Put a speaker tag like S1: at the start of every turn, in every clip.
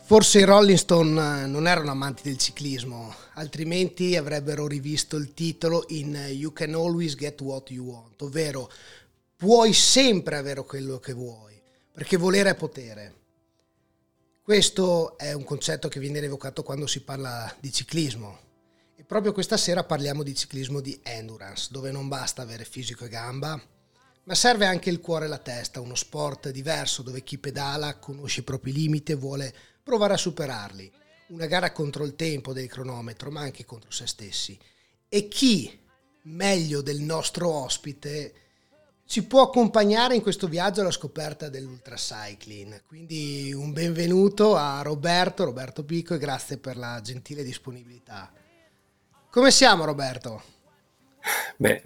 S1: Forse i Rolling Stone non erano amanti del ciclismo, altrimenti avrebbero rivisto il titolo in You Can Always Get What You Want, ovvero puoi sempre avere quello che vuoi, perché volere è potere. Questo è un concetto che viene evocato quando si parla di ciclismo. E proprio questa sera parliamo di ciclismo di endurance, dove non basta avere fisico e gamba, ma serve anche il cuore e la testa, uno sport diverso dove chi pedala conosce i propri limiti e vuole provare a superarli. Una gara contro il tempo del cronometro, ma anche contro se stessi. E chi, meglio del nostro ospite, ci può accompagnare in questo viaggio alla scoperta dell'ultracycling. Quindi un benvenuto a Roberto Pico, e grazie per la gentile disponibilità. Come siamo, Roberto?
S2: Beh,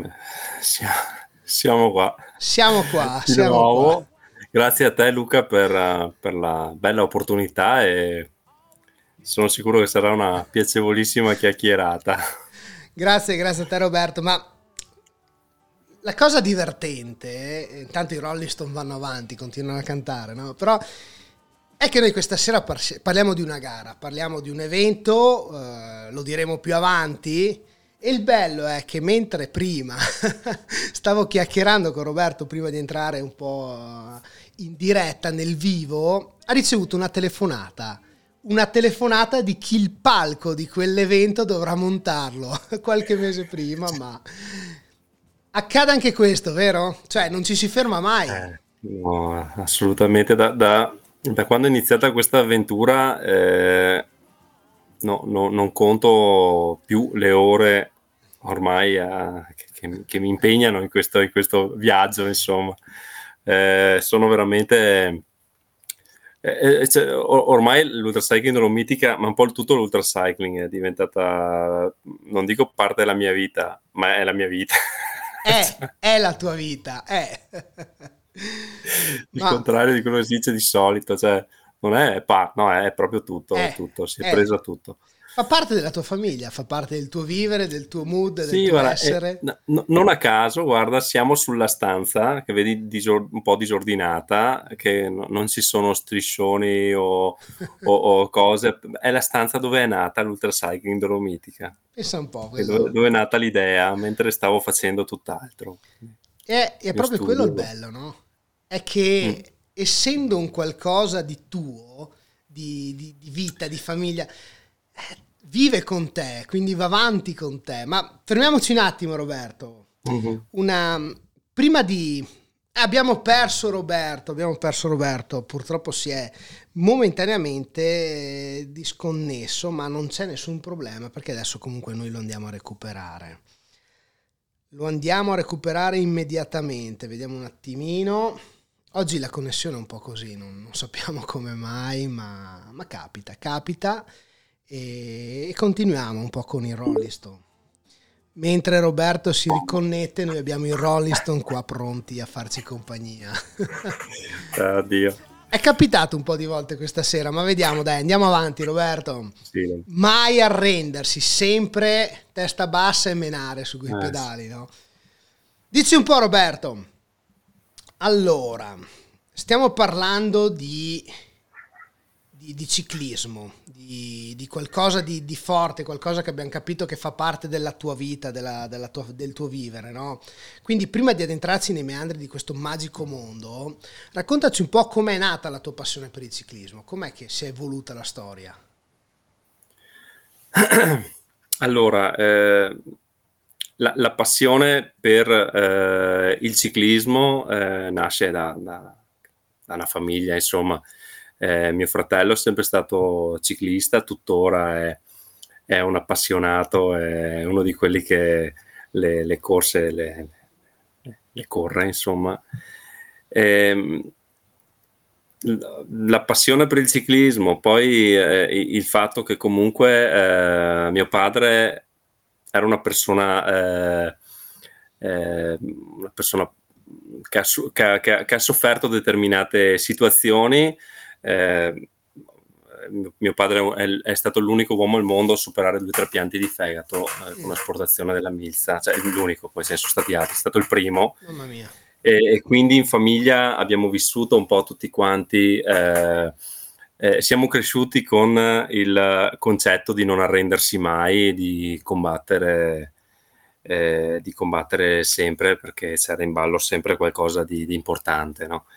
S2: siamo qua.
S1: Siamo
S2: Di nuovo. Qua. Grazie a te, Luca, per la bella opportunità, e sono sicuro che sarà una piacevolissima chiacchierata.
S1: Grazie a te, Roberto. Ma la cosa divertente, intanto i Rolling Stone vanno avanti, continuano a cantare, no? Però è che noi questa sera parliamo di una gara, parliamo di un evento, lo diremo più avanti, e il bello è che mentre prima stavo chiacchierando con Roberto prima di entrare un po' in diretta nel vivo, ha ricevuto una telefonata di chi il palco di quell'evento dovrà montarlo qualche mese prima, ma accade anche questo, vero? Cioè non ci si ferma mai.
S2: No, assolutamente. Da quando è iniziata questa avventura non conto più le ore ormai che mi impegnano in questo viaggio, insomma. Sono veramente cioè, ormai l'ultracycling dolomitica, ma un po' tutto l'ultracycling è diventata, non dico parte della mia vita, ma è la mia vita.
S1: È la tua vita, è.
S2: Il contrario di quello che si dice di solito, cioè non è no, è proprio tutto, si è preso a tutto.
S1: Fa parte della tua famiglia, fa parte del tuo vivere, del tuo mood,
S2: sì,
S1: del tuo essere.
S2: Non a caso, guarda, siamo sulla stanza che vedi un po' disordinata, che non ci sono striscioni o cose. È la stanza dove è nata l'ultracycling dolomitica.
S1: Pensa un po'.
S2: Dove è nata l'idea, mentre stavo facendo tutt'altro.
S1: È proprio quello il bello, no? È che essendo un qualcosa di tuo, di vita, di famiglia, vive con te, quindi va avanti con te. Ma fermiamoci un attimo, Roberto. Prima di... Abbiamo perso Roberto, purtroppo si è momentaneamente disconnesso, ma non c'è nessun problema, perché adesso comunque noi lo andiamo a recuperare. Immediatamente, vediamo un attimino. Oggi la connessione è un po' così, non sappiamo come mai, ma capita. E continuiamo un po' con i Rolling Stone. Mentre Roberto si riconnette, noi abbiamo i Rolling Stone qua pronti a farci compagnia.
S2: Addio.
S1: È capitato un po' di volte questa sera, ma vediamo, dai, andiamo avanti, Roberto.
S2: Sì.
S1: Mai arrendersi, sempre testa bassa e menare su quei pedali, no? Dici un po', Roberto. Allora, stiamo parlando di ciclismo, di qualcosa di forte, qualcosa che abbiamo capito che fa parte della tua vita, del tuo vivere, no? Quindi prima di addentrarci nei meandri di questo magico mondo, raccontaci un po' com'è nata la tua passione per il ciclismo, com'è che si è evoluta la storia?
S2: Allora, la passione per il ciclismo nasce da una famiglia, insomma. Mio fratello è sempre stato ciclista, tuttora è un appassionato, è uno di quelli che le corse le corre, insomma. La passione per il ciclismo, poi il fatto che comunque mio padre era una persona che ha sofferto determinate situazioni. Mio padre è stato l'unico uomo al mondo a superare 2 trapianti di fegato con l'asportazione della milza, cioè l'unico, poi ce ne sono stati altri, è stato il primo.
S1: Mamma mia.
S2: E quindi in famiglia abbiamo vissuto un po' tutti quanti siamo cresciuti con il concetto di non arrendersi mai, di combattere sempre, perché c'era in ballo sempre qualcosa di importante, no?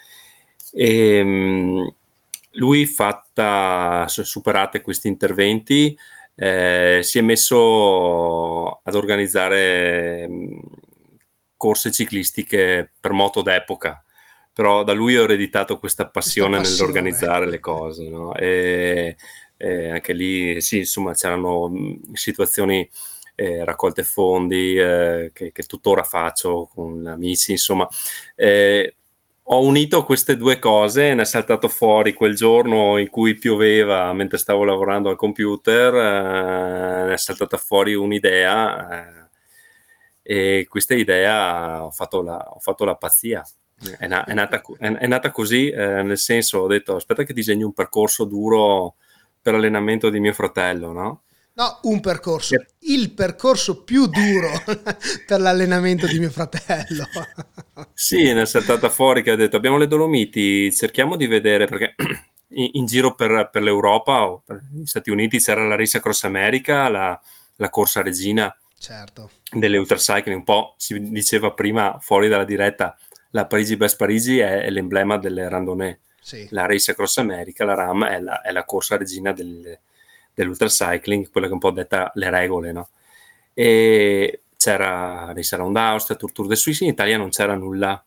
S2: E lui, superate questi interventi, si è messo ad organizzare corse ciclistiche per moto d'epoca, però da lui ho ereditato questa passione nell'organizzare le cose, no? E anche lì sì, insomma, c'erano situazioni, raccolte fondi, che tuttora faccio con amici, insomma. Ho unito queste due cose, ne è saltato fuori quel giorno in cui pioveva mentre stavo lavorando al computer, ne è saltata fuori un'idea, e questa idea ho fatto la pazzia. È nata così, nel senso, ho detto aspetta che disegno un percorso duro per l'allenamento di mio fratello, no?
S1: No, un percorso, il percorso più duro per l'allenamento di mio fratello.
S2: Sì, ne è saltata fuori che ha detto abbiamo le Dolomiti, cerchiamo di vedere, perché in giro per l'Europa o per gli Stati Uniti c'era la Race Across America, la corsa regina,
S1: certo,
S2: delle ultracycling. Un po' si diceva prima fuori dalla diretta, la Parigi-Brest-Parigi è l'emblema delle randonnée.
S1: sì.
S2: La Race Across America, la RAM, è la corsa regina dell'ultracycling, quella che un po' detta le regole, no? E c'era Race Around Austria, Tour de Suisse, in Italia non c'era nulla.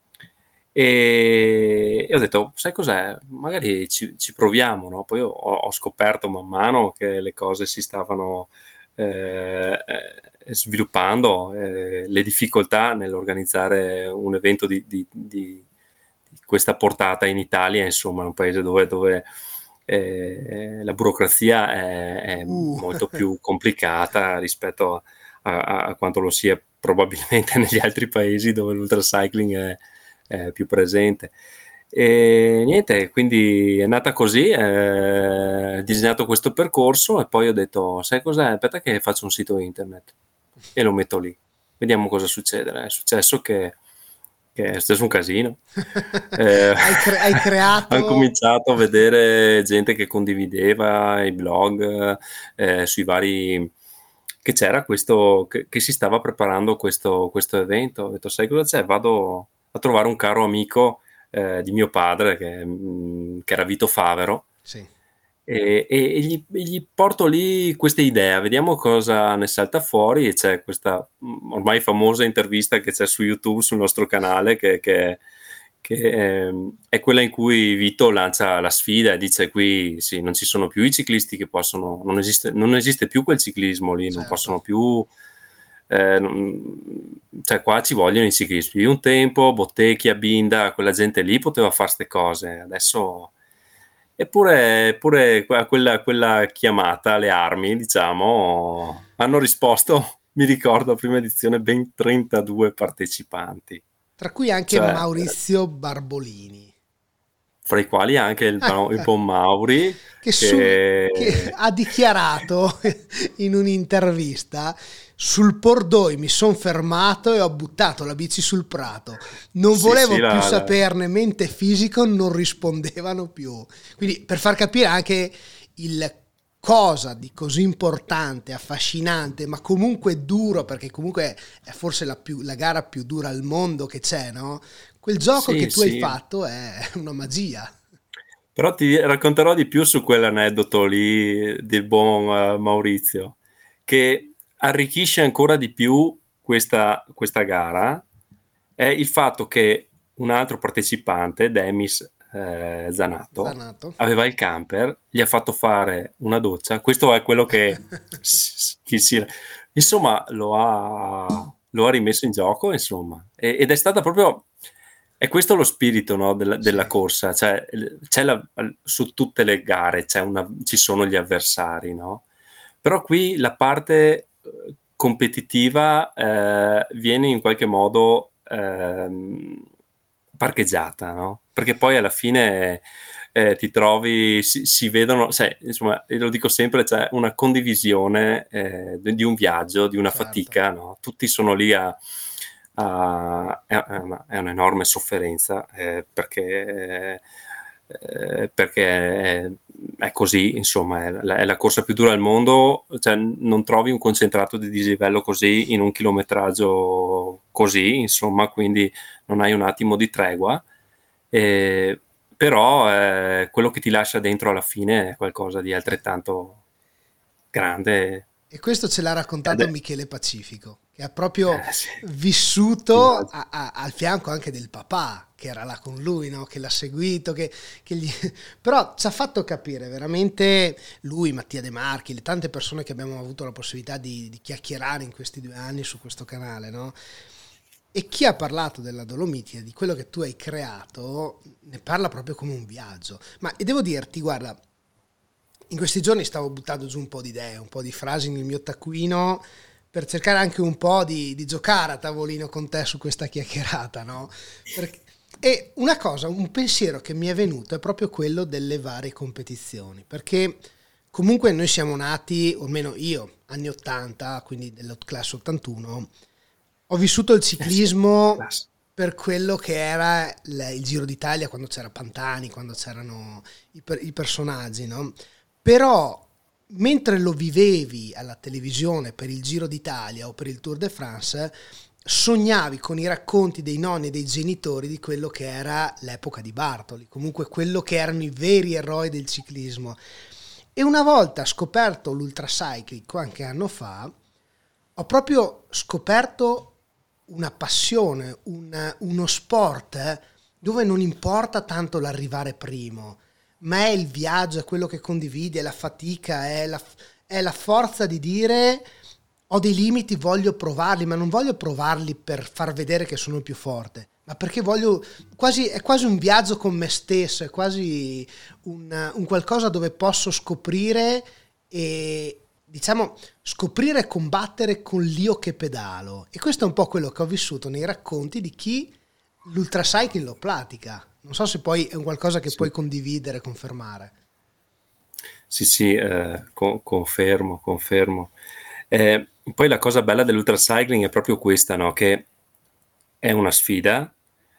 S2: E ho detto, sai cos'è? Magari ci proviamo, no? Poi ho scoperto man mano che le cose si stavano sviluppando, le difficoltà nell'organizzare un evento di questa portata in Italia, insomma, un paese dove la burocrazia è molto più complicata rispetto a quanto lo sia probabilmente negli altri paesi dove l'ultracycling è più presente. E niente, quindi è nata così, ho disegnato questo percorso e poi ho detto, sai cos'è? Aspetta che faccio un sito internet e lo metto lì, vediamo cosa succede. È successo che è successo un casino.
S1: Hai creato...
S2: Hanno cominciato a vedere gente che condivideva i blog, sui vari... che c'era questo, che si stava preparando questo evento. Ho detto, sai cosa c'è? Vado a trovare un caro amico di mio padre che era Vito Favero,
S1: Sì.
S2: e gli porto lì questa idea, vediamo cosa ne salta fuori. E c'è questa ormai famosa intervista che c'è su YouTube, sul nostro canale, che è quella in cui Vito lancia la sfida e dice qui sì, non ci sono più i ciclisti che possono, non esiste più quel ciclismo lì, non
S1: Certo.
S2: possono più... cioè qua ci vogliono i ciclisti. Un tempo Bottecchia, Binda, quella gente lì poteva fare queste cose, adesso eppure a quella chiamata alle armi, diciamo, hanno risposto, mi ricordo, a prima edizione, ben 32 partecipanti,
S1: Tra cui anche
S2: cioè,
S1: Maurizio Barbolini.
S2: fra i quali anche il buon Mauri,
S1: che ha dichiarato in un'intervista: sul Pordoi mi sono fermato e ho buttato la bici sul prato, non volevo più saperne, mente e fisico non rispondevano più. Quindi, per far capire anche il cosa di così importante, affascinante, ma comunque duro, perché comunque è forse la gara più dura al mondo che c'è, no? Quel gioco che tu hai fatto è una magia.
S2: Però ti racconterò di più su quell'aneddoto lì del buon Maurizio, che arricchisce ancora di più questa gara, è il fatto che un altro partecipante, Demis Zanato, aveva il camper, gli ha fatto fare una doccia. Questo è quello che insomma lo ha rimesso in gioco, insomma, ed è stata proprio... È questo lo spirito, no, della corsa, cioè su tutte le gare ci sono gli avversari, no? Però qui la parte competitiva viene in qualche modo parcheggiata, no? Perché poi alla fine ti trovi, si vedono, insomma, io lo dico sempre, c'è una condivisione di un viaggio, di una fatica, no? Tutti sono lì è un'enorme sofferenza, perché perché è così, insomma, è la corsa più dura al mondo, cioè non trovi un concentrato di dislivello così in un chilometraggio così, insomma, quindi non hai un attimo di tregua, però quello che ti lascia dentro alla fine è qualcosa di altrettanto grande.
S1: E questo ce l'ha raccontato Michele Pacifico, che ha proprio
S2: Sì,
S1: vissuto
S2: immagino.
S1: al fianco anche del papà, che era là con lui, no? Che l'ha seguito, però ci ha fatto capire veramente lui, Mattia De Marchi, le tante persone che abbiamo avuto la possibilità di chiacchierare in questi 2 anni su questo canale, no? E chi ha parlato della Dolomiti e di quello che tu hai creato ne parla proprio come un viaggio. Ma e devo dirti, guarda, in questi giorni stavo buttando giù un po' di idee, un po' di frasi nel mio taccuino per cercare anche un po' di giocare a tavolino con te su questa chiacchierata, no? E una cosa, un pensiero che mi è venuto è proprio quello delle varie competizioni, perché comunque noi siamo nati, o almeno io, anni 80, quindi della classe 81, ho vissuto il
S2: Sì,
S1: ciclismo
S2: classe.
S1: per quello che era il Giro d'Italia, quando c'era Pantani, quando c'erano i personaggi, no? Però mentre lo vivevi alla televisione per il Giro d'Italia o per il Tour de France, sognavi con i racconti dei nonni e dei genitori di quello che era l'epoca di Bartoli, comunque quello che erano i veri eroi del ciclismo. E una volta scoperto l'ultracycling, qualche anno fa, ho proprio scoperto una passione, uno sport dove non importa tanto l'arrivare primo, ma è il viaggio, è quello che condividi, è la fatica, è la forza di dire ho dei limiti, voglio provarli, ma non voglio provarli per far vedere che sono il più forte, ma perché voglio, è quasi un viaggio con me stesso, è quasi un qualcosa dove posso scoprire e diciamo scoprire e combattere con l'io che pedalo. E questo è un po' quello che ho vissuto nei racconti di chi l'ultracycling lo pratica. Non so se poi è un qualcosa che
S2: Sì.
S1: puoi condividere, confermare.
S2: Sì, sì, confermo, confermo. Poi la cosa bella dell'ultracycling è proprio questa, no? Che è una sfida,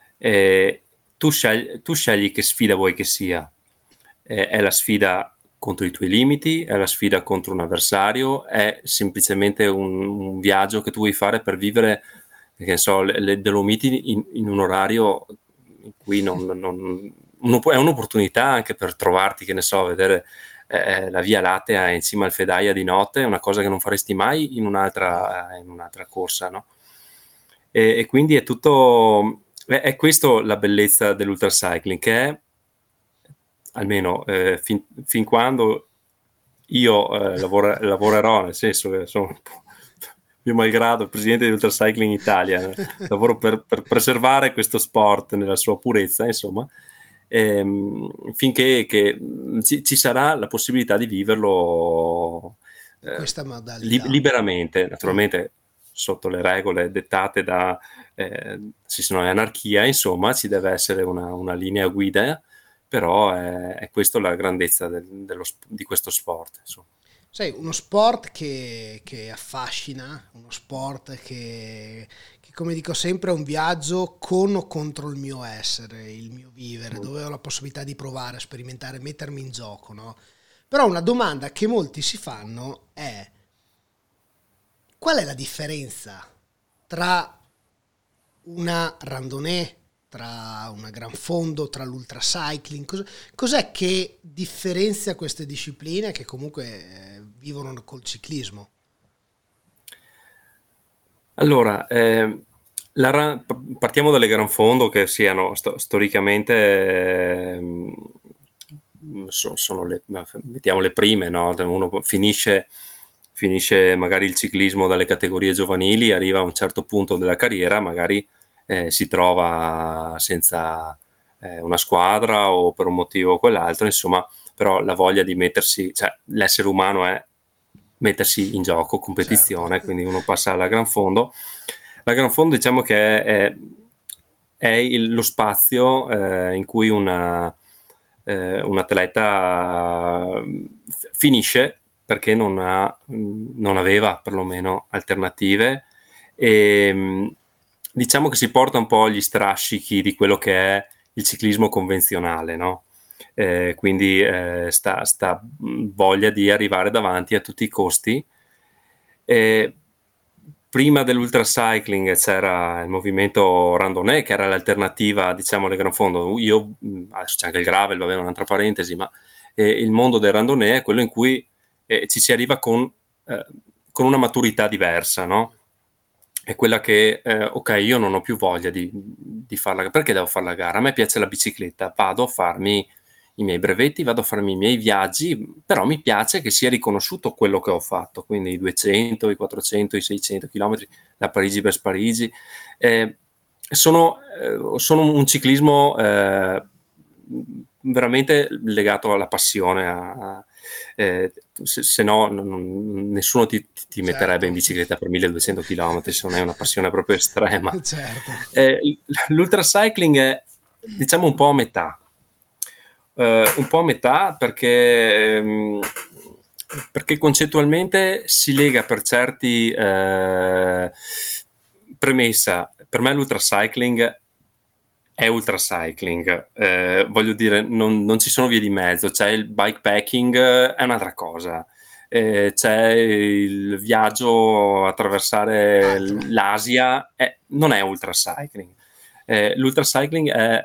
S2: tu scegli che sfida vuoi che sia. È la sfida contro i tuoi limiti, è la sfida contro un avversario, è semplicemente un viaggio che tu vuoi fare per vivere, che ne so, le Dolomiti in un orario in cui è un'opportunità anche per trovarti, che ne so, vedere la Via Lattea in cima al Fedaia di notte, è una cosa che non faresti mai in un'altra corsa, no? E quindi è tutto, è questo la bellezza dell'ultracycling, che è, almeno fin quando io lavorerò, nel senso che sono un po' mio malgrado presidente di Ultracycling Italia, lavoro per preservare questo sport nella sua purezza, insomma, finché ci sarà la possibilità di viverlo
S1: In questa modalità.
S2: liberamente, naturalmente sotto le regole dettate da se no è anarchia, insomma, ci deve essere una linea guida, però è questa la grandezza di questo sport, insomma.
S1: Sai, uno sport che affascina, uno sport che, come dico sempre, è un viaggio con o contro il mio essere, il mio vivere, dove ho la possibilità di provare, sperimentare, mettermi in gioco, no? Però una domanda che molti si fanno è: qual è la differenza tra una randonnée, tra una gran fondo, tra l'ultracycling? Cos'è che differenzia queste discipline che comunque vivono col ciclismo?
S2: Allora, partiamo dalle gran fondo che siano storicamente sono mettiamo le prime, no? Uno finisce magari il ciclismo dalle categorie giovanili, arriva a un certo punto della carriera, magari si trova senza una squadra o per un motivo o quell'altro, insomma, però la voglia di mettersi, cioè l'essere umano è mettersi in gioco,
S1: Certo.
S2: competizione, quindi uno passa alla gran fondo. La gran fondo diciamo che è lo spazio in cui un atleta finisce perché non aveva perlomeno alternative e diciamo che si porta un po' gli strascichi di quello che è il ciclismo convenzionale, no? quindi sta voglia di arrivare davanti a tutti i costi. Prima dell'ultracycling c'era il movimento randonnée, che era l'alternativa, diciamo, alle gran fondo. Adesso c'è anche il gravel, vabbè, un'altra parentesi, ma il mondo del randonnée è quello in cui ci si arriva con una maturità diversa, no? È quella che, ok, io non ho più voglia di farla, perché devo fare la gara? A me piace la bicicletta, vado a farmi i miei brevetti, vado a farmi i miei viaggi, però mi piace che sia riconosciuto quello che ho fatto, quindi i 200, i 400, i 600 chilometri da Parigi verso Parigi. Sono un ciclismo veramente legato alla passione, se no nessuno ti metterebbe in bicicletta per 1200 km, se non è una passione proprio estrema.
S1: Certo.
S2: L'ultracycling è, diciamo, un po' a metà. Perché concettualmente si lega per certi premessa. Per me l'ultracycling è ultracycling, voglio dire, non ci sono vie di mezzo. C'è il bikepacking, è un'altra cosa. C'è il viaggio, attraversare l'Asia, non è ultracycling. L'ultracycling è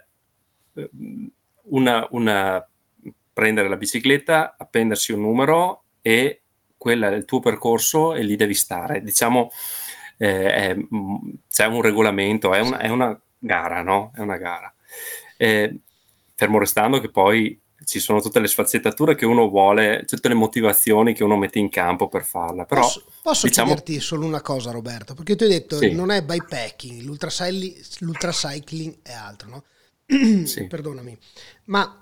S2: prendere la bicicletta, appendersi un numero e quello è il tuo percorso e lì devi stare. Diciamo, c'è un regolamento, è una gara, no? È una gara. Fermo restando che poi ci sono tutte le sfaccettature che uno vuole, tutte le motivazioni che uno mette in campo per farla. Però,
S1: posso chiederti solo una cosa, Roberto? Perché tu hai detto
S2: sì.
S1: Non è bikepacking, l'ultracycling è altro, no?
S2: Sì.
S1: Perdonami, ma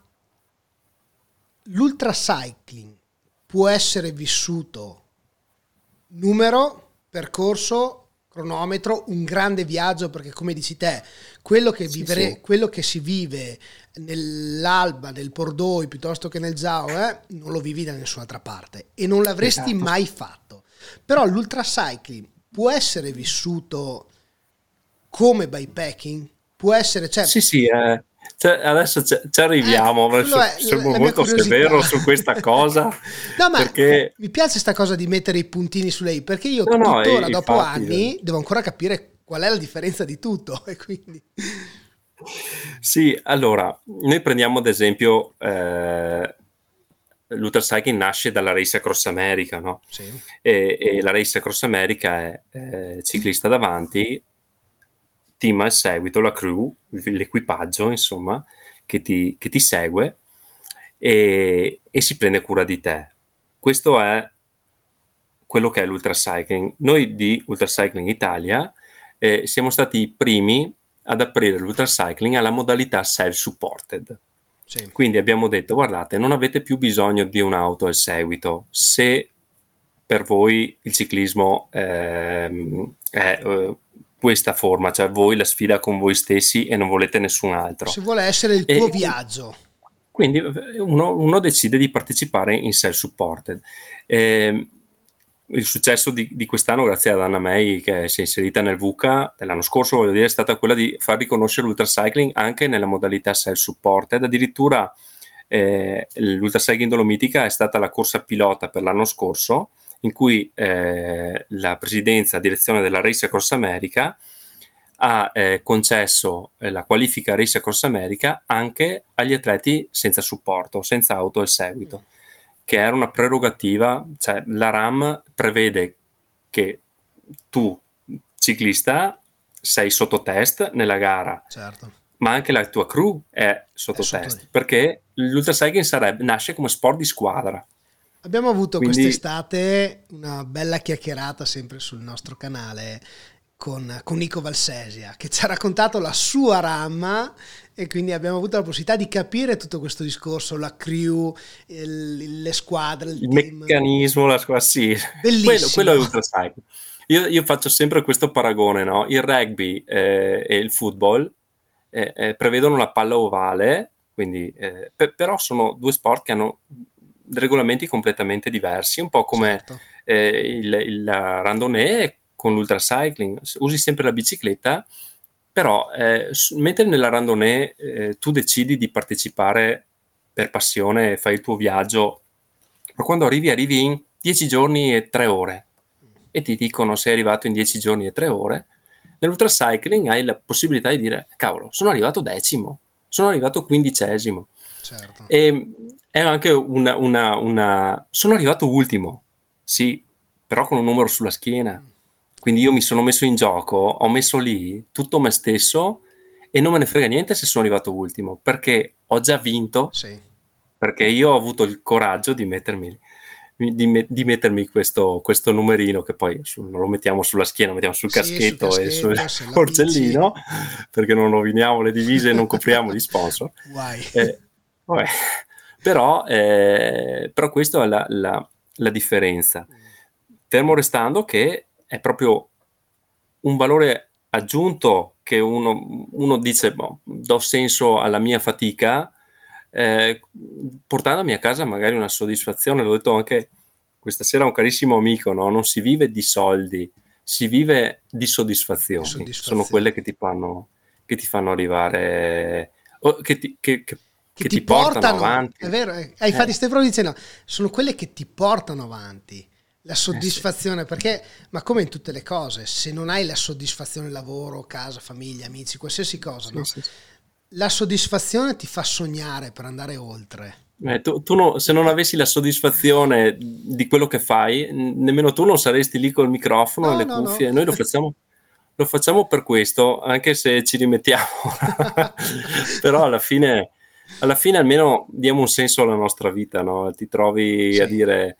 S1: l'ultracycling può essere vissuto numero, percorso, cronometro, un grande viaggio, perché come dici te, quello che si vive nell'Alba, nel Pordoi piuttosto che nel Zao, non lo vivi da nessun'altra parte e non l'avresti mai fatto. Però l'ultracycling può essere vissuto come bikepacking? Può essere,
S2: Sì, adesso ci arriviamo, sono molto severo su questa cosa.
S1: No, ma
S2: perché
S1: mi piace sta cosa di mettere i puntini su lei, perché io tuttora, dopo anni, devo ancora capire qual è la differenza di tutto. E quindi...
S2: Sì, allora, noi prendiamo ad esempio l'ultracycling nasce dalla Race Across America, no?
S1: Sì.
S2: E la Race Across America è ciclista davanti, team al seguito, la crew, l'equipaggio, insomma, che ti segue e si prende cura di te. Questo è quello che è l'ultracycling. Noi di Ultracycling Italia siamo stati i primi ad aprire l'ultracycling alla modalità self-supported.
S1: Sì.
S2: Quindi abbiamo detto, guardate, non avete più bisogno di un'auto al seguito se per voi il ciclismo è questa forma, cioè voi la sfida con voi stessi e non volete nessun altro.
S1: Se vuole essere il tuo viaggio.
S2: Quindi uno decide di partecipare in self-supported. Il successo di quest'anno, grazie ad Anna May, che si è inserita nel VUCA dell'anno scorso, voglio dire, è stata quella di far riconoscere l'ultracycling anche nella modalità self-supported. Addirittura l'Ultracycling Dolomitica è stata la corsa pilota per l'anno scorso, in cui la presidenza, direzione della Race Across America ha concesso la qualifica Race Across America anche agli atleti senza supporto, senza auto al seguito, che era una prerogativa, cioè la RAM prevede che tu, ciclista, sei sotto test nella gara,
S1: certo,
S2: ma anche la tua crew è sotto test, perché l'ultracycling nasce come sport di squadra.
S1: Abbiamo avuto quest'estate una bella chiacchierata sempre sul nostro canale con Nico Valsesia, che ci ha raccontato la sua RAM, e quindi abbiamo avuto la possibilità di capire tutto questo discorso, la crew, le squadre, il team.
S2: Meccanismo, la squadra, sì.
S1: Bellissimo.
S2: Quello è ultracycling. Io faccio sempre questo paragone, no? Il rugby e il football prevedono la palla ovale, quindi, però sono due sport che hanno regolamenti completamente diversi, un po' come la randonnée con l'ultracycling. Usi sempre la bicicletta, però mentre nella randonnée tu decidi di partecipare per passione fai il tuo viaggio, ma quando arrivi in 10 giorni e 3 ore e ti dicono sei arrivato in 10 giorni e 3 ore, nell'ultracycling hai la possibilità di dire cavolo, sono arrivato 10°, sono arrivato 15°.
S1: Certo.
S2: E è anche sono arrivato ultimo, sì, però con un numero sulla schiena. Quindi io mi sono messo in gioco, ho messo lì tutto me stesso e non me ne frega niente se sono arrivato ultimo, perché ho già vinto,
S1: Sì.
S2: perché io ho avuto il coraggio di mettermi questo numerino, che poi non lo mettiamo sulla schiena, lo mettiamo sul caschetto,
S1: sul
S2: e sul
S1: caschetto,
S2: porcellino, perché non roviniamo le divise e non copriamo gli sponsor.
S1: Guai.
S2: Vabbè. Però questa è la differenza, fermo restando che è proprio un valore aggiunto che uno dice, boh, do senso alla mia fatica, portandomi a casa magari una soddisfazione. L'ho detto anche questa sera a un carissimo amico, no? Non si vive di soldi, si vive di soddisfazioni. Sono quelle che ti fanno arrivare, che ti portano avanti.
S1: È vero, infatti stai proprio dicendo, sono quelle che ti portano avanti. La soddisfazione,
S2: sì.
S1: Perché, ma come in tutte le cose, se non hai la soddisfazione lavoro, casa, famiglia, amici, qualsiasi cosa,
S2: sì,
S1: no?
S2: Sì.
S1: La soddisfazione ti fa sognare per andare oltre.
S2: Tu se non avessi la soddisfazione di quello che fai, nemmeno tu non saresti lì col microfono e le cuffie. Noi lo facciamo per questo, anche se ci rimettiamo. Però alla fine almeno diamo un senso alla nostra vita, no? Ti trovi a dire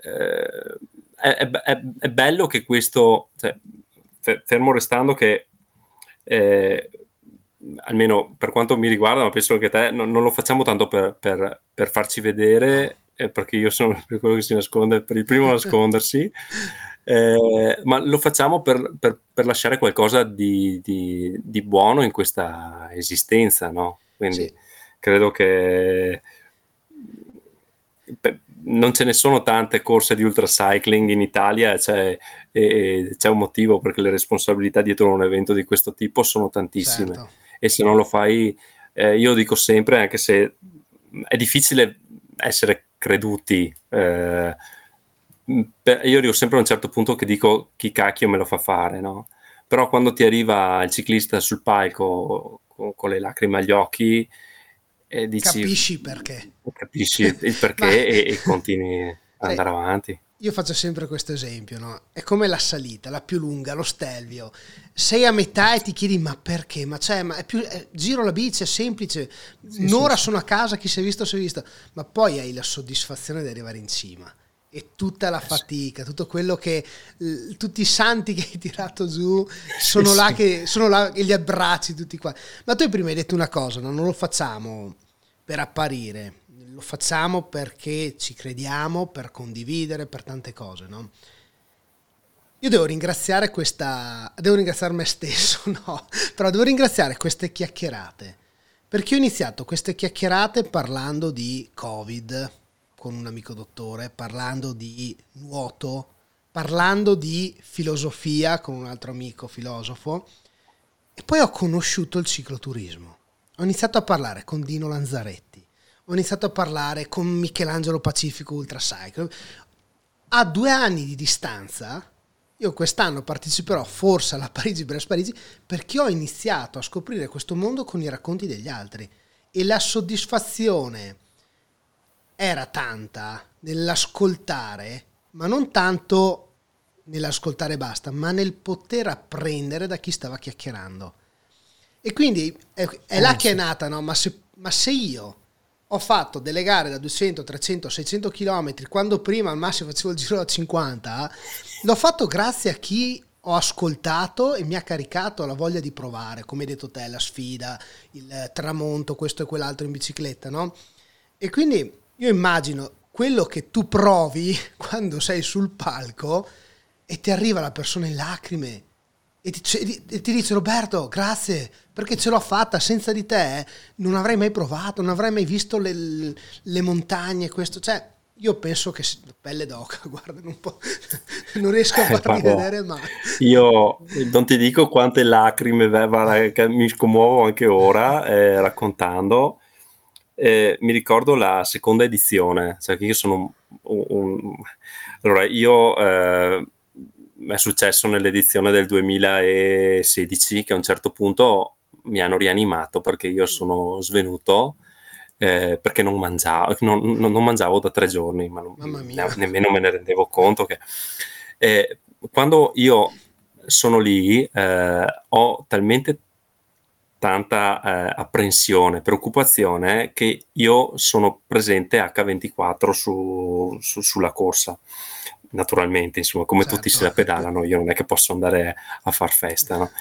S2: è bello che questo, cioè, fermo restando che almeno per quanto mi riguarda, ma penso che te non lo facciamo tanto per farci vedere, perché io sono per quello che si nasconde, per il primo a nascondersi, ma lo facciamo per lasciare qualcosa di buono in questa esistenza, no? Quindi credo che non ce ne sono tante corse di ultracycling in Italia, c'è un motivo, perché le responsabilità dietro un evento di questo tipo sono tantissime.
S1: Certo.
S2: E se non lo fai, io dico sempre, anche se è difficile essere creduti, io arrivo sempre a un certo punto che dico chi cacchio me lo fa fare, no? Però quando ti arriva il ciclista sul palco con le lacrime agli occhi, dici,
S1: capisci perché.
S2: Capisci il perché e continui ad andare avanti.
S1: Io faccio sempre questo esempio, no? È come la salita, la più lunga, lo Stelvio. Sei a metà e ti chiedi ma perché? Giro la bici, è semplice, un'ora sono a casa, chi si è visto si è visto. Ma poi hai la soddisfazione di arrivare in cima. E tutta la fatica, tutto quello che tutti i santi che hai tirato giù sono là e li abbracci tutti qua. Ma tu prima hai detto una cosa, no? Non lo facciamo per apparire, lo facciamo perché ci crediamo, per condividere, per tante cose, no? Io devo ringraziare me stesso, no? Però devo ringraziare queste chiacchierate, perché ho iniziato queste chiacchierate parlando di Covid con un amico dottore, parlando di nuoto, parlando di filosofia con un altro amico filosofo, e poi ho conosciuto il cicloturismo. Ho iniziato a parlare con Dino Lanzaretti, ho iniziato a parlare con Michelangelo Pacifico Ultracycle. A 2 anni di distanza, io quest'anno parteciperò forse alla Parigi-Brest-Parigi, perché ho iniziato a scoprire questo mondo con i racconti degli altri, e la soddisfazione era tanta nell'ascoltare, ma non tanto nell'ascoltare basta, ma nel poter apprendere da chi stava chiacchierando. E quindi è là che è nata, no? Ma se io ho fatto delle gare da 200, 300, 600 km, quando prima al massimo facevo il giro da 50, l'ho fatto grazie a chi ho ascoltato e mi ha caricato la voglia di provare, come hai detto te, la sfida, il tramonto, questo e quell'altro in bicicletta, no? E quindi io immagino quello che tu provi quando sei sul palco e ti arriva la persona in lacrime e ti dice Roberto, grazie, perché ce l'ho fatta, senza di te non avrei mai provato, non avrei mai visto le montagne, questo, cioè io penso che pelle d'oca, guarda, non riesco a farti vedere, ma
S2: io non ti dico quante lacrime mi scommuovo anche ora raccontando. mi ricordo la seconda edizione, cioè che io sono allora io è successo nell'edizione del 2016 che a un certo punto mi hanno rianimato perché io sono svenuto perché non mangiavo da 3 giorni, ma
S1: Mamma mia.
S2: nemmeno me ne rendevo conto che quando io sono lì ho talmente tanta apprensione, preoccupazione che io sono presente H24 sulla corsa, naturalmente, insomma, come
S1: Certo.
S2: tutti se la pedalano, io non è che posso andare a far festa, no?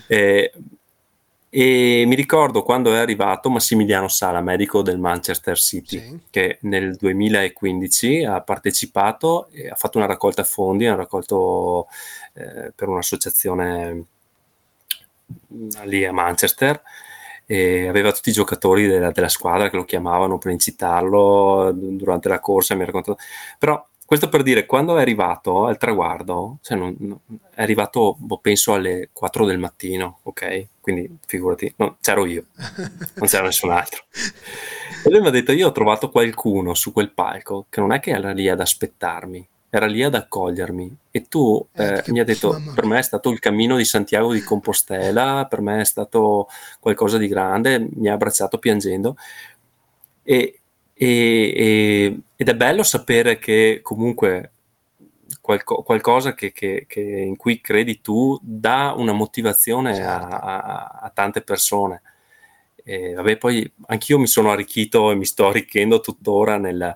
S2: E mi ricordo quando è arrivato Massimiliano Sala, medico del Manchester City,
S1: Sì.
S2: che nel 2015 ha partecipato e ha fatto una raccolta fondi, ha raccolto per un'associazione lì a Manchester, e aveva tutti i giocatori della squadra che lo chiamavano per incitarlo durante la corsa, mi ha raccontato. Però questo per dire, quando è arrivato al traguardo, cioè è arrivato penso alle 4 del mattino, ok? Quindi figurati, c'ero io, non c'era nessun altro. E lui mi ha detto, io ho trovato qualcuno su quel palco che non è che era lì ad aspettarmi, era lì ad accogliermi. E tu mi ha detto, per me è stato il cammino di Santiago di Compostela, per me è stato qualcosa di grande, mi ha abbracciato piangendo. Ed è bello sapere che comunque qualcosa in cui credi tu dà una motivazione
S1: Certo.
S2: a tante persone. Vabbè, poi anch'io mi sono arricchito e mi sto arricchendo tuttora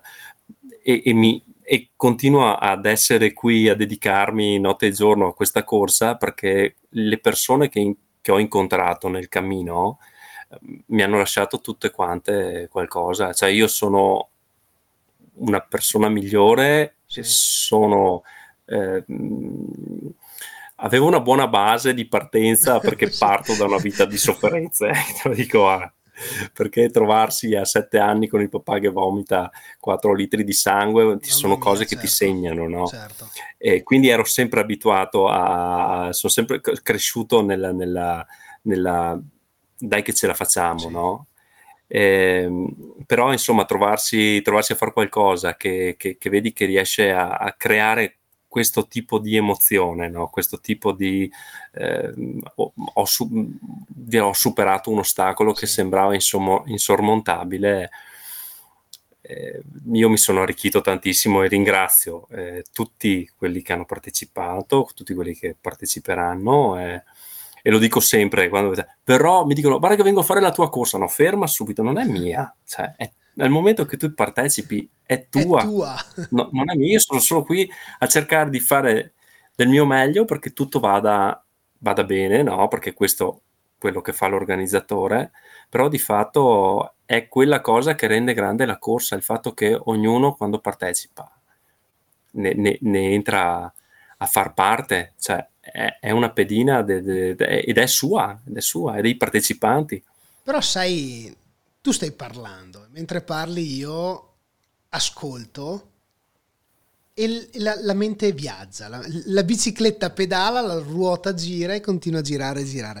S2: e continuo ad essere qui a dedicarmi notte e giorno a questa corsa perché le persone che ho incontrato nel cammino mi hanno lasciato tutte quante qualcosa, cioè io sono una persona migliore,
S1: Sì.
S2: avevo una buona base di partenza perché
S1: Sì.
S2: parto da una vita di sofferenze, te lo dico, perché trovarsi a 7 anni con il papà che vomita 4 litri di sangue, sono cose che ti segnano, no?
S1: Certo.
S2: E quindi ero sempre abituato sono sempre cresciuto nella dai che ce la facciamo,
S1: Sì.
S2: no? Però insomma trovarsi a fare qualcosa che vedi che riesce a creare questo tipo di emozione, no? Questo tipo di ho superato un ostacolo che sembrava insormontabile. Io mi sono arricchito tantissimo e ringrazio tutti quelli che hanno partecipato, tutti quelli che parteciperanno e lo dico sempre però mi dicono guarda che vengo a fare la tua corsa, no, ferma subito, non è mia, cioè nel momento che tu partecipi è tua, no, non è mia, io sono solo qui a cercare di fare del mio meglio perché tutto vada bene, no? Perché questo è quello che fa l'organizzatore, però di fatto è quella cosa che rende grande la corsa, il fatto che ognuno quando partecipa ne entra a far parte, cioè è una pedina ed è sua, è dei partecipanti.
S1: Però sai, tu stai parlando, mentre parli io ascolto e la mente viaggia, la bicicletta pedala, la ruota gira e continua a girare e girare.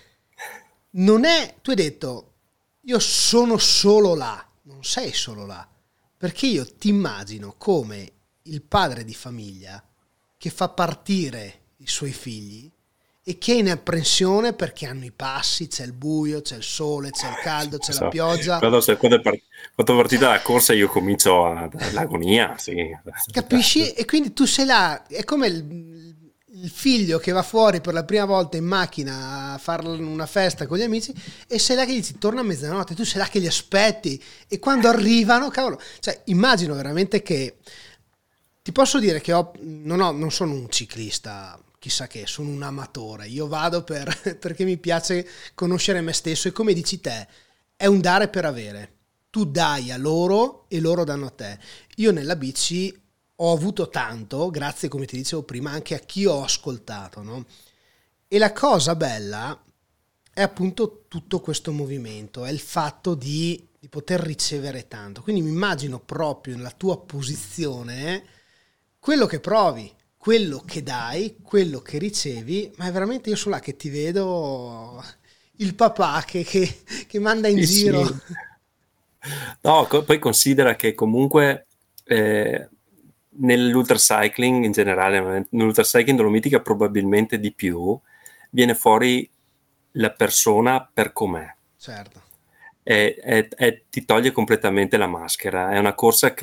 S1: Non è, tu hai detto, io sono solo là, non sei solo là, perché io ti immagino come il padre di famiglia che fa partire i suoi figli e che è in apprensione perché hanno i passi, c'è il buio, c'è il sole, c'è il caldo, c'è la pioggia.
S2: Quando è partita la corsa io comincio l'agonia, sì.
S1: Capisci? E quindi tu sei là, è come il figlio che va fuori per la prima volta in macchina a fare una festa con gli amici e sei là che gli dici torna a mezzanotte, tu sei là che li aspetti e quando arrivano, cavolo, cioè immagino veramente che ti posso dire che non sono un ciclista, chissà che, sono un amatore, io vado perché mi piace conoscere me stesso e come dici te, è un dare per avere, tu dai a loro e loro danno a te. Io nella bici ho avuto tanto, grazie come ti dicevo prima, anche a chi ho ascoltato, no? E la cosa bella è appunto tutto questo movimento, è il fatto di poter ricevere tanto. Quindi mi immagino proprio nella tua posizione quello che provi, quello che dai, quello che ricevi, ma è veramente io sono là che ti vedo il papà che manda in giro.
S2: Sì. No, poi considera che comunque nell'ultracycling in generale, nell'ultracycling dolomitica probabilmente di più, viene fuori la persona per com'è.
S1: Certo.
S2: Ti toglie completamente la maschera. È una corsa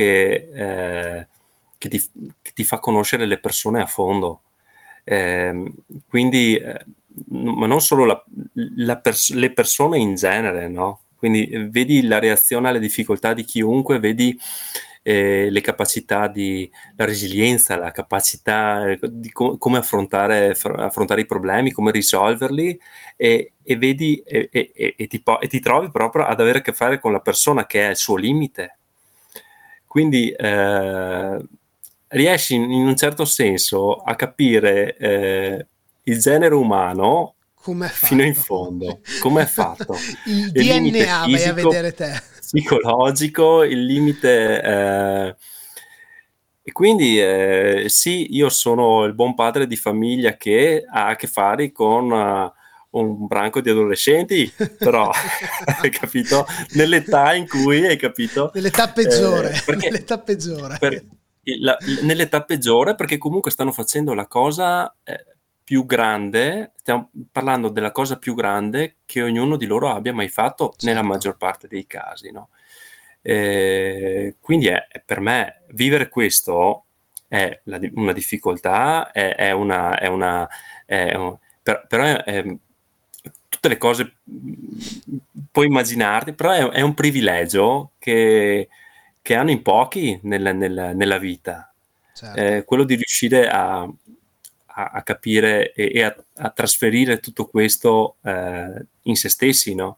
S2: che ti fa conoscere le persone a fondo. Quindi, ma non solo le persone in genere, no? Quindi vedi la reazione alle difficoltà di chiunque, vedi le capacità la resilienza, la capacità di come affrontare i problemi, come risolverli e vedi e ti trovi proprio ad avere a che fare con la persona che è il suo limite. Quindi riesci in un certo senso a capire il genere umano
S1: Come è
S2: fino in
S1: fatto?
S2: fondo, come è fatto.
S1: Il
S2: Il limite
S1: DNA, vai a
S2: fisico,
S1: vedere te.
S2: psicologico, il limite... e quindi sì, io sono il buon padre di famiglia che ha a che fare con un branco di adolescenti, però hai capito? Nell'età in cui hai capito?
S1: Nell'età peggiore,
S2: Perché
S1: nell'età peggiore.
S2: nell'età peggiore, perché comunque stanno facendo la cosa più grande, stiamo parlando della cosa più grande che ognuno di loro abbia mai fatto nella
S1: Certo.
S2: maggior parte dei casi, no? Quindi per me vivere questo è una difficoltà, però tutte le cose puoi immaginarti, però è un privilegio che hanno in pochi nella vita.
S1: Certo.
S2: Quello di riuscire a capire e a trasferire tutto questo in se stessi, no?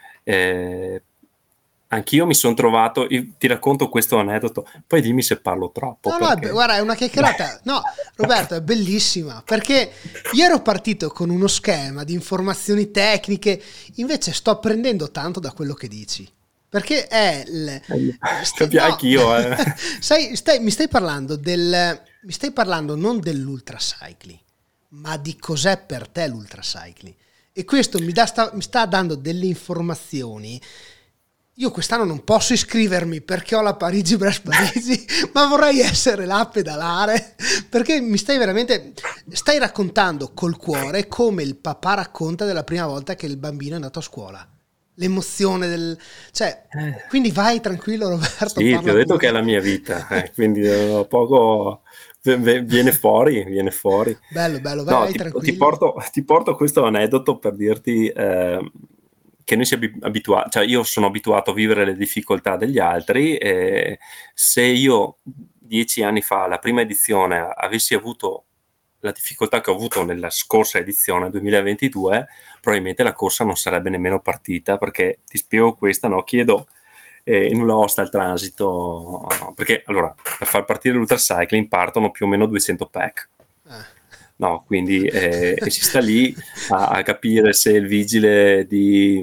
S2: Anch'io mi sono trovato, ti racconto questo aneddoto, poi dimmi se parlo troppo.
S1: No,
S2: perché...
S1: guarda, è una chiacchierata. No, Roberto, è bellissima, perché io ero partito con uno schema di informazioni tecniche, invece sto apprendendo tanto da quello che dici. Perché è
S2: anch'io.
S1: Mi stai parlando non dell'ultracycling, ma di cos'è per te l'ultracycling. E questo mi sta dando delle informazioni. Io quest'anno non posso iscrivermi perché ho la Parigi-Brest-Parigi, ma vorrei essere là a pedalare, perché stai raccontando col cuore come il papà racconta della prima volta che il bambino è andato a scuola. L'emozione quindi vai tranquillo, Roberto.
S2: Sì, ti ho detto che è la mia vita, quindi poco viene fuori.
S1: Bello,
S2: No,
S1: vai tranquillo.
S2: ti porto questo aneddoto per dirti che noi siamo abituati, cioè io sono abituato a vivere le difficoltà degli altri e se io 10 anni fa, la prima edizione, avessi avuto la difficoltà che ho avuto nella scorsa edizione 2022, probabilmente la corsa non sarebbe nemmeno partita, perché ti spiego questa, no? Chiedo in nulla osta al transito, perché allora per far partire l'ultracycling partono più o meno 200 pack. No, quindi si sta lì a capire se il vigile di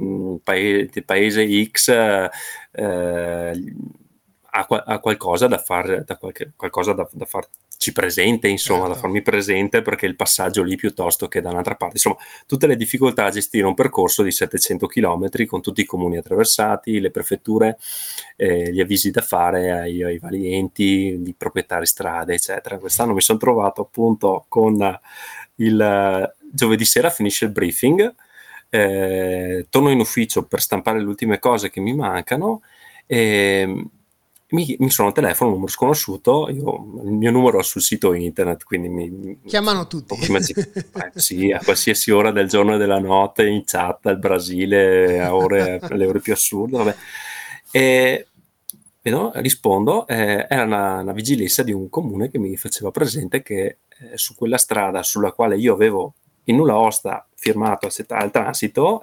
S2: paese X ha qualcosa da farci presente, insomma,
S1: Certo.
S2: da farmi presente, perché il passaggio lì piuttosto che da un'altra parte. Insomma, tutte le difficoltà a gestire un percorso di 700 km con tutti i comuni attraversati, le prefetture, gli avvisi da fare ai vari enti, i proprietari strade, eccetera. Quest'anno mi sono trovato appunto con il giovedì sera finisce il briefing, torno in ufficio per stampare le ultime cose che mi mancano e mi suona il telefono, un numero sconosciuto, il mio numero è sul sito internet, quindi
S1: chiamano tutti.
S2: Sì, a qualsiasi ora del giorno e della notte, in chat al Brasile, alle ore più assurde, vabbè. E rispondo, era una vigilessa di un comune che mi faceva presente che su quella strada sulla quale io avevo in nulla osta firmato al transito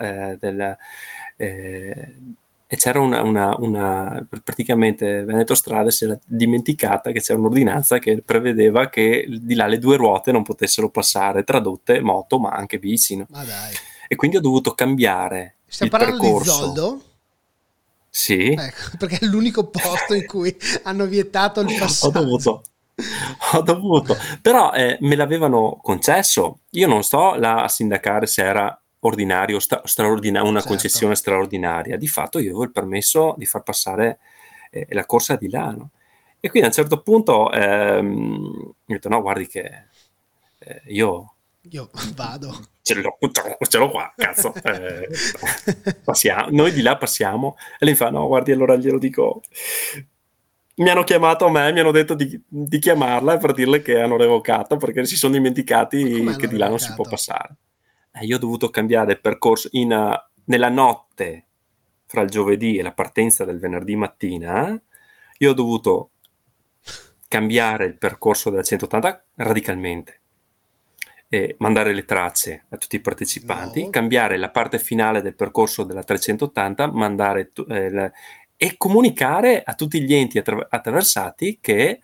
S2: e c'era praticamente Veneto Strade si era dimenticata che c'era un'ordinanza che prevedeva che di là le due ruote non potessero passare, tradotte moto ma anche bici, no?
S1: Ma dai.
S2: E quindi ho dovuto cambiare
S1: Stiamo
S2: il
S1: parlando
S2: percorso.
S1: di Zoldo?
S2: Sì.
S1: Ecco, perché è l'unico posto in cui hanno vietato il passaggio.
S2: Ho dovuto, però me l'avevano concesso. Io non sto là a sindacare se era ordinario, una
S1: Certo.
S2: concessione straordinaria. Di fatto io avevo il permesso di far passare la corsa di là, no? E quindi a un certo punto ho detto no, guardi che io
S1: Vado.
S2: ce l'ho qua, cazzo. Passiamo. Noi di là passiamo e lei fa no, guardi, allora glielo dico. Mi hanno chiamato a me, mi hanno detto di chiamarla per dirle che hanno revocato perché si sono
S1: Ma come
S2: dimenticati
S1: hanno
S2: che di là non si può
S1: revocato?
S2: passare. Io ho dovuto cambiare il percorso nella notte fra il giovedì e la partenza del venerdì mattina. Io ho dovuto cambiare il percorso della 180 radicalmente, mandare le tracce a tutti i partecipanti,
S1: No.
S2: cambiare la parte finale del percorso della 380, e comunicare a tutti gli enti attraversati che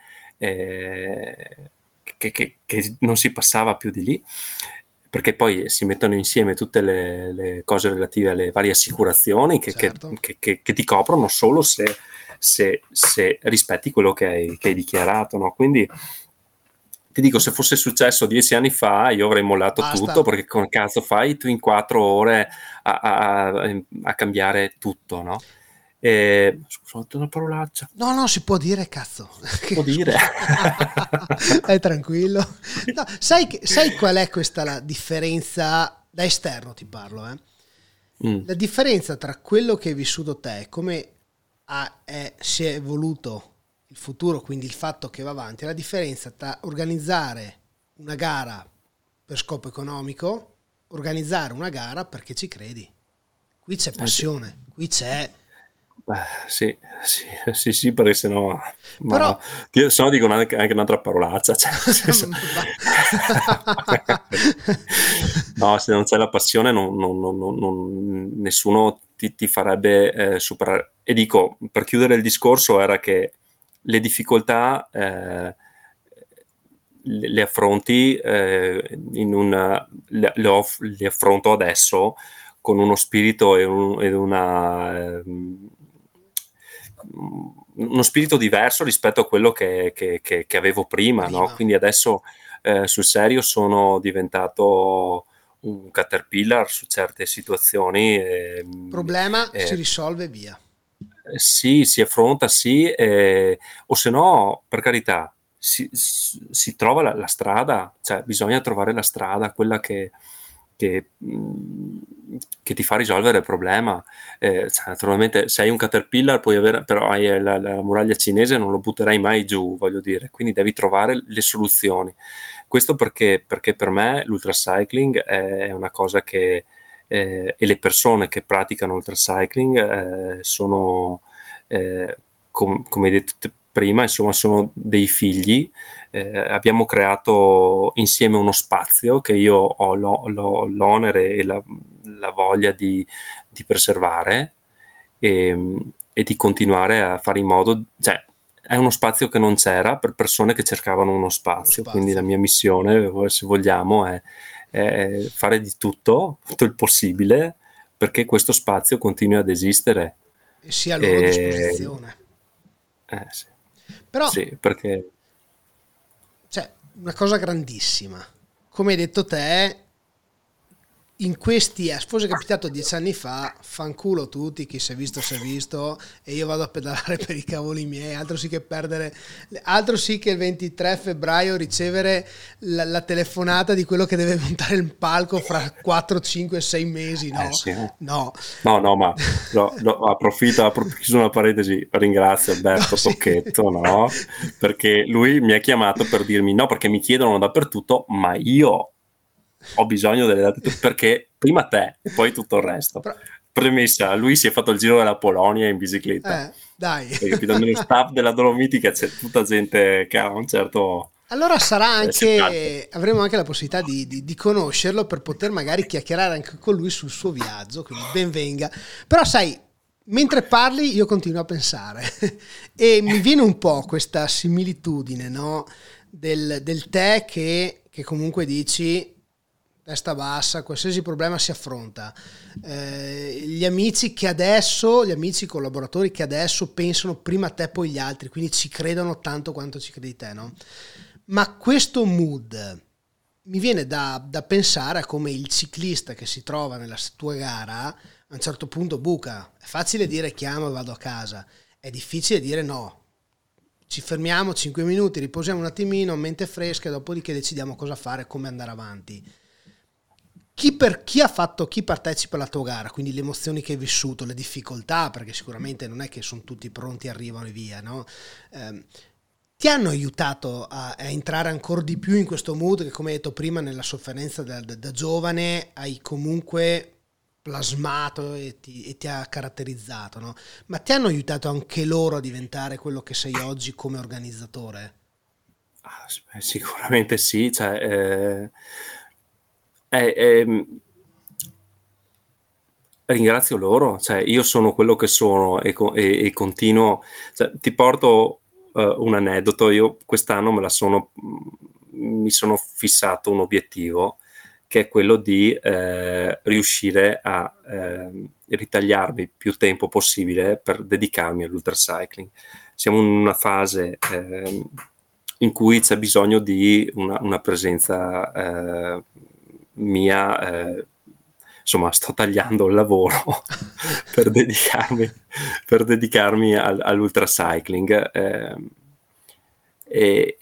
S2: non si passava più di lì, perché poi si mettono insieme tutte le cose relative alle varie assicurazioni che
S1: Certo.
S2: ti coprono solo se rispetti quello che hai dichiarato, no? Quindi ti dico, se fosse successo 10 anni fa io avrei mollato
S1: Basta.
S2: tutto, perché come cazzo fai tu in 4 ore a cambiare tutto, no? Scusa, ho detto una parolaccia.
S1: No, si può dire, cazzo.
S2: Può dire.
S1: Stai tranquillo. No, sai qual è questa la differenza? Da esterno ti parlo, La differenza tra quello che hai vissuto te e come si è evoluto il futuro, quindi il fatto che va avanti, è la differenza tra organizzare una gara per scopo economico, organizzare una gara perché ci credi. Qui c'è passione, qui c'è...
S2: Sì, perché sennò
S1: Però...
S2: se no dico anche un'altra parolaccia, cioè, no, se non c'è la passione nessuno ti farebbe superare. E dico, per chiudere il discorso, era che le difficoltà le affronti le affronto adesso con uno spirito ed uno spirito diverso rispetto a quello che avevo prima, no? Quindi adesso sul serio sono diventato un caterpillar su certe situazioni.
S1: Problema si risolve via.
S2: Sì, si affronta, sì, o se no, per carità, si trova la strada, cioè bisogna trovare la strada, quella che ti fa risolvere il problema. Cioè, naturalmente, se hai un caterpillar, puoi avere, però hai la muraglia cinese, non lo butterai mai giù, voglio dire, quindi devi trovare le soluzioni. Questo perché per me l'ultracycling è una cosa che e le persone che praticano ultracycling sono, come hai detto prima, insomma, sono dei figli. Abbiamo creato insieme uno spazio che io ho l'onere e la voglia di preservare e di continuare a fare in modo, cioè è uno spazio che non c'era per persone che cercavano uno spazio. Quindi la mia missione, se vogliamo, è fare di tutto il possibile perché questo spazio continui ad esistere
S1: e sia a loro disposizione.
S2: Sì.
S1: Però
S2: sì, perché
S1: cioè, una cosa grandissima, come hai detto te, in questi fosse capitato 10 anni fa, fanculo tutti, chi si è visto, e io vado a pedalare per i cavoli miei, altro sì che il 23 febbraio ricevere la telefonata di quello che deve montare il palco fra 4, 5, 6 mesi, no?
S2: Sì.
S1: No,
S2: ma approfitto, chiuso una parentesi, ringrazio Alberto Tocchetto, no? Perché lui mi ha chiamato per dirmi no, perché mi chiedono dappertutto, ma io ho bisogno delle date perché prima te e poi tutto il resto. Premessa, lui si è fatto il giro della Polonia in bicicletta.
S1: Dai.
S2: Nello staff della Dolomitica c'è tutta gente che ha un certo...
S1: Allora sarà anche, avremo anche la possibilità di conoscerlo per poter magari chiacchierare anche con lui sul suo viaggio, quindi ben venga. Però sai, mentre parli io continuo a pensare e mi viene un po' questa similitudine, no? Del te che comunque dici testa bassa, qualsiasi problema si affronta. Gli amici collaboratori che adesso pensano prima a te poi gli altri, quindi ci credono tanto quanto ci credi te, no? Ma questo mood mi viene da pensare a come il ciclista che si trova nella tua gara a un certo punto buca. È facile dire chiamo e vado a casa, è difficile dire no, ci fermiamo 5 minuti, riposiamo un attimino, mente fresca e dopodiché decidiamo cosa fare, come andare avanti. Chi partecipa alla tua gara, quindi le emozioni che hai vissuto, le difficoltà, perché sicuramente non è che sono tutti pronti, arrivano e via, no? Ti hanno aiutato a entrare ancora di più in questo mood che, come hai detto prima, nella sofferenza da giovane hai comunque plasmato e ti ha caratterizzato, no? Ma ti hanno aiutato anche loro a diventare quello che sei oggi come organizzatore?
S2: Sicuramente sì, cioè, ringrazio loro, cioè io sono quello che sono e continuo, cioè, ti porto un aneddoto. Io quest'anno mi sono fissato un obiettivo che è quello di riuscire a ritagliarmi più tempo possibile per dedicarmi all'ultracycling. Siamo in una fase in cui c'è bisogno di una presenza mia, insomma sto tagliando il lavoro per dedicarmi all'ultracycling, e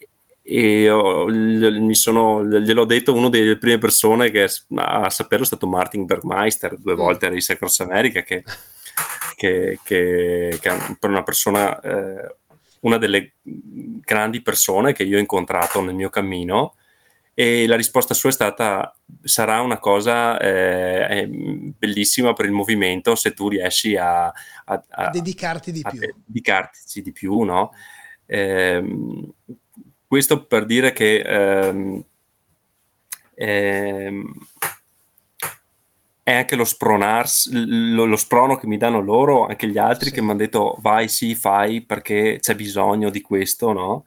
S2: gliel'ho detto. Uno delle prime persone che a saperlo è stato Martin Bergmeister, 2 volte a Race Across America, che per una persona, una delle grandi persone che io ho incontrato nel mio cammino. E la risposta sua è stata: sarà una cosa bellissima per il movimento se tu riesci a
S1: dedicarti di più.
S2: Dedicarti di più, no? Questo per dire che è anche lo sprono che mi danno loro, anche gli altri, sì, che mi hanno detto vai, sì, fai, perché c'è bisogno di questo, no?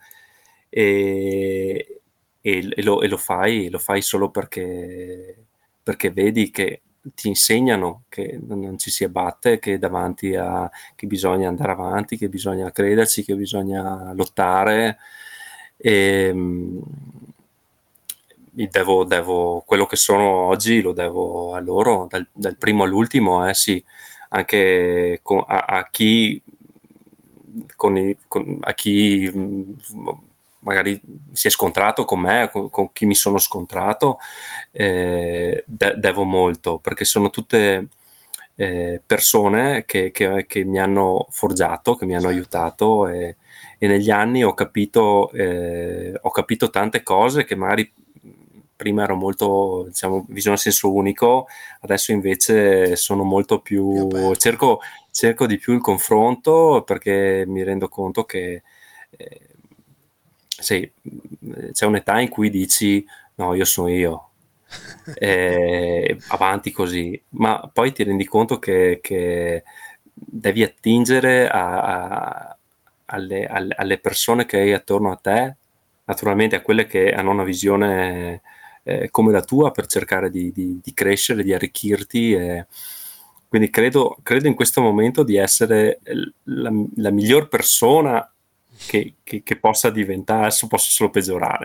S2: E lo fai solo perché vedi che ti insegnano che non ci si abbatte, che che bisogna andare avanti, che bisogna crederci, che bisogna lottare. Devo quello che sono oggi lo devo a loro, dal primo all'ultimo, sì, anche a chi magari si è scontrato con me, con chi mi sono scontrato, devo molto, perché sono tutte persone che mi hanno forgiato, che mi hanno aiutato, e negli anni ho capito tante cose che magari prima ero molto, diciamo, visione a senso unico, adesso invece sono molto più cerco di più il confronto, perché mi rendo conto che sì, c'è un'età in cui dici no, io sono io, avanti così, ma poi ti rendi conto che devi attingere alle persone che hai attorno a te, naturalmente a quelle che hanno una visione come la tua, per cercare di crescere, di arricchirti. Quindi credo in questo momento di essere la miglior persona che possa diventare. Adesso posso solo peggiorare,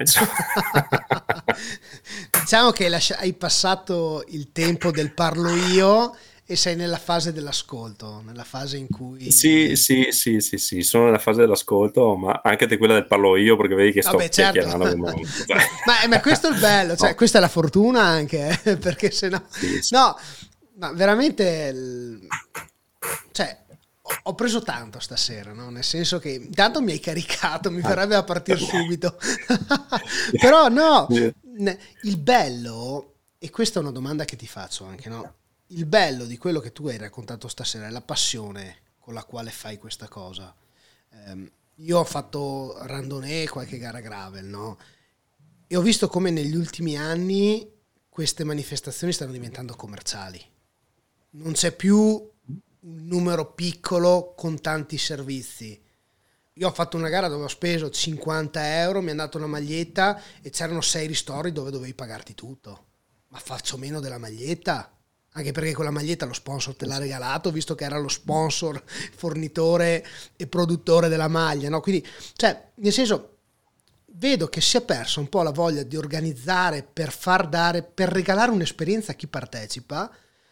S1: Diciamo che hai passato il tempo del parlo io e sei nella fase dell'ascolto, nella fase in cui
S2: sì, sono nella fase dell'ascolto, ma anche di quella del parlo io, perché vedi che sto chiacchierando.
S1: Ma questo è il bello, cioè, no, questa è la fortuna anche, perché se no sì. No, ma veramente cioè ho preso tanto stasera, no? Nel senso che intanto mi hai caricato, mi verrebbe a partire subito. Però no, il bello, e questa è una domanda che ti faccio anche, no? Il bello di quello che tu hai raccontato stasera è la passione con la quale fai questa cosa. Io ho fatto randonnée, qualche gara gravel, no? E ho visto come negli ultimi anni queste manifestazioni stanno diventando commerciali. Non c'è più un numero piccolo con tanti servizi. Io ho fatto una gara dove ho speso 50 euro, mi hanno dato una maglietta e c'erano 6 ristori dove dovevi pagarti tutto. Ma faccio meno della maglietta, anche perché quella maglietta lo sponsor te l'ha regalato, visto che era lo sponsor, fornitore e produttore della maglia, no? Quindi, cioè, nel senso, vedo che si è persa un po' la voglia di organizzare per per regalare un'esperienza a chi partecipa,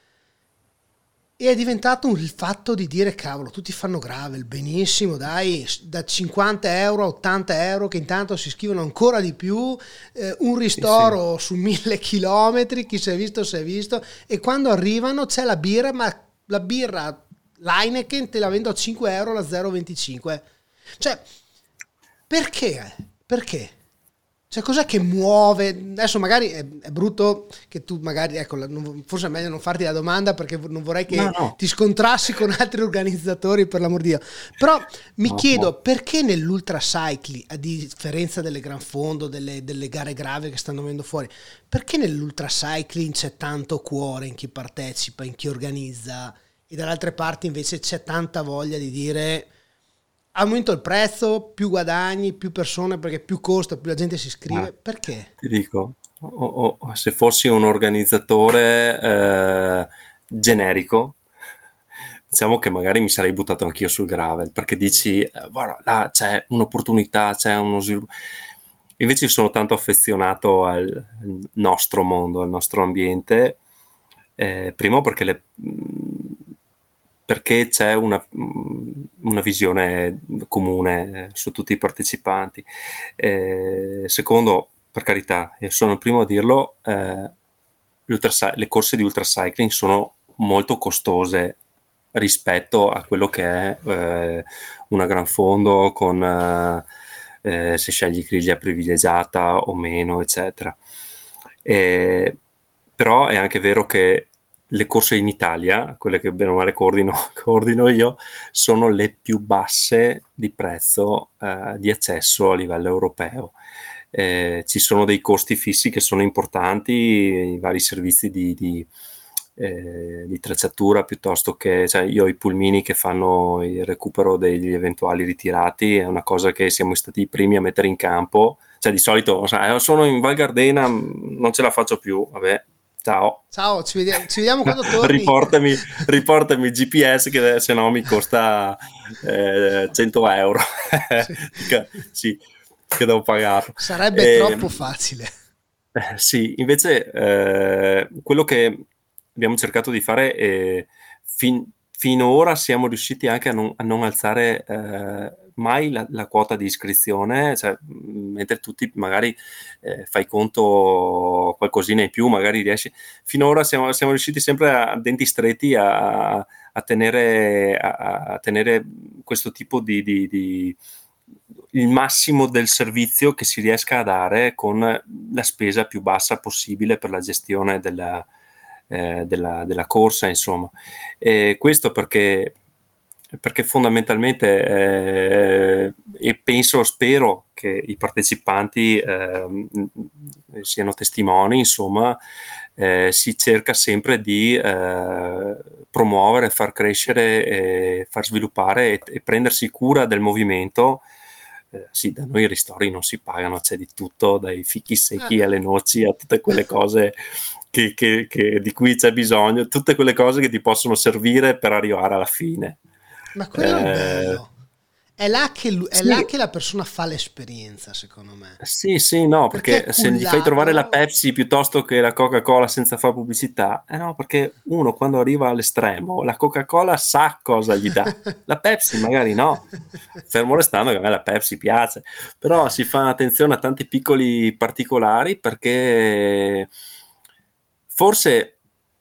S1: e è diventato il fatto di dire cavolo, tutti fanno gravel, benissimo, dai, da 50 euro a 80 euro, che intanto si iscrivono ancora di più, un ristoro su 1000 chilometri, chi si è visto, e quando arrivano c'è la birra, ma la birra l'Heineken te la vendo a 5 euro la 0,25. Cioè, perché? Perché? Cioè, cos'è che muove? Adesso magari è brutto che tu magari, ecco, forse è meglio non farti la domanda perché non vorrei che ti scontrassi con altri organizzatori, per l'amor di Dio. Però mi chiedo perché nell'ultra cycling, a differenza delle gran fondo, delle gare gravi che stanno venendo fuori, perché nell'ultra cycling c'è tanto cuore in chi partecipa, in chi organizza, e dall'altra parte invece c'è tanta voglia di dire aumento il prezzo, più guadagni, più persone, perché più costa, più la gente si iscrive. Perché?
S2: Ti dico, se fossi un organizzatore generico, diciamo che magari mi sarei buttato anch'io sul gravel, perché dici, guarda, là c'è un'opportunità, c'è uno sviluppo. Invece sono tanto affezionato al nostro mondo, al nostro ambiente, primo perché c'è una visione comune su tutti i partecipanti. Secondo, per carità, sono il primo a dirlo, le corse di ultracycling sono molto costose rispetto a quello che è una gran fondo con se scegli griglia privilegiata o meno, eccetera. Però è anche vero che le corse in Italia, quelle che bene o male coordino io, sono le più basse di prezzo di accesso a livello europeo. Ci sono dei costi fissi che sono importanti, i vari servizi di tracciatura, piuttosto che, cioè, io ho i pulmini che fanno il recupero degli eventuali ritirati, è una cosa che siamo stati i primi a mettere in campo. Cioè, di solito sono in Val Gardena, non ce la faccio più, vabbè, ciao,
S1: ci vediamo quando torni.
S2: riportami il GPS, che se no mi costa 100 euro. Sì, che devo pagarlo.
S1: Sarebbe troppo facile.
S2: Sì, invece quello che abbiamo cercato di fare è finora siamo riusciti anche a non alzare mai la quota di iscrizione, cioè, mentre tutti magari fai conto qualcosina in più, magari riesci. Finora siamo riusciti sempre a denti stretti a tenere questo tipo di il massimo del servizio che si riesca a dare con la spesa più bassa possibile per la gestione della corsa, insomma. E questo perché fondamentalmente e spero che i partecipanti siano testimoni, insomma, si cerca sempre di promuovere, far crescere, far sviluppare e prendersi cura del movimento. Sì, da noi i ristori non si pagano, c'è di tutto, dai fichi secchi alle noci a tutte quelle cose di cui c'è bisogno, tutte quelle cose che ti possono servire per arrivare alla fine.
S1: Ma quello è bello. È là che la persona fa l'esperienza, secondo me.
S2: Sì, no, perché se gli fai trovare la Pepsi piuttosto che la Coca-Cola senza fare pubblicità, no, perché uno quando arriva all'estremo, la Coca-Cola sa cosa gli dà, la Pepsi magari no, fermo restando che a me la Pepsi piace, però si fa attenzione a tanti piccoli particolari, perché forse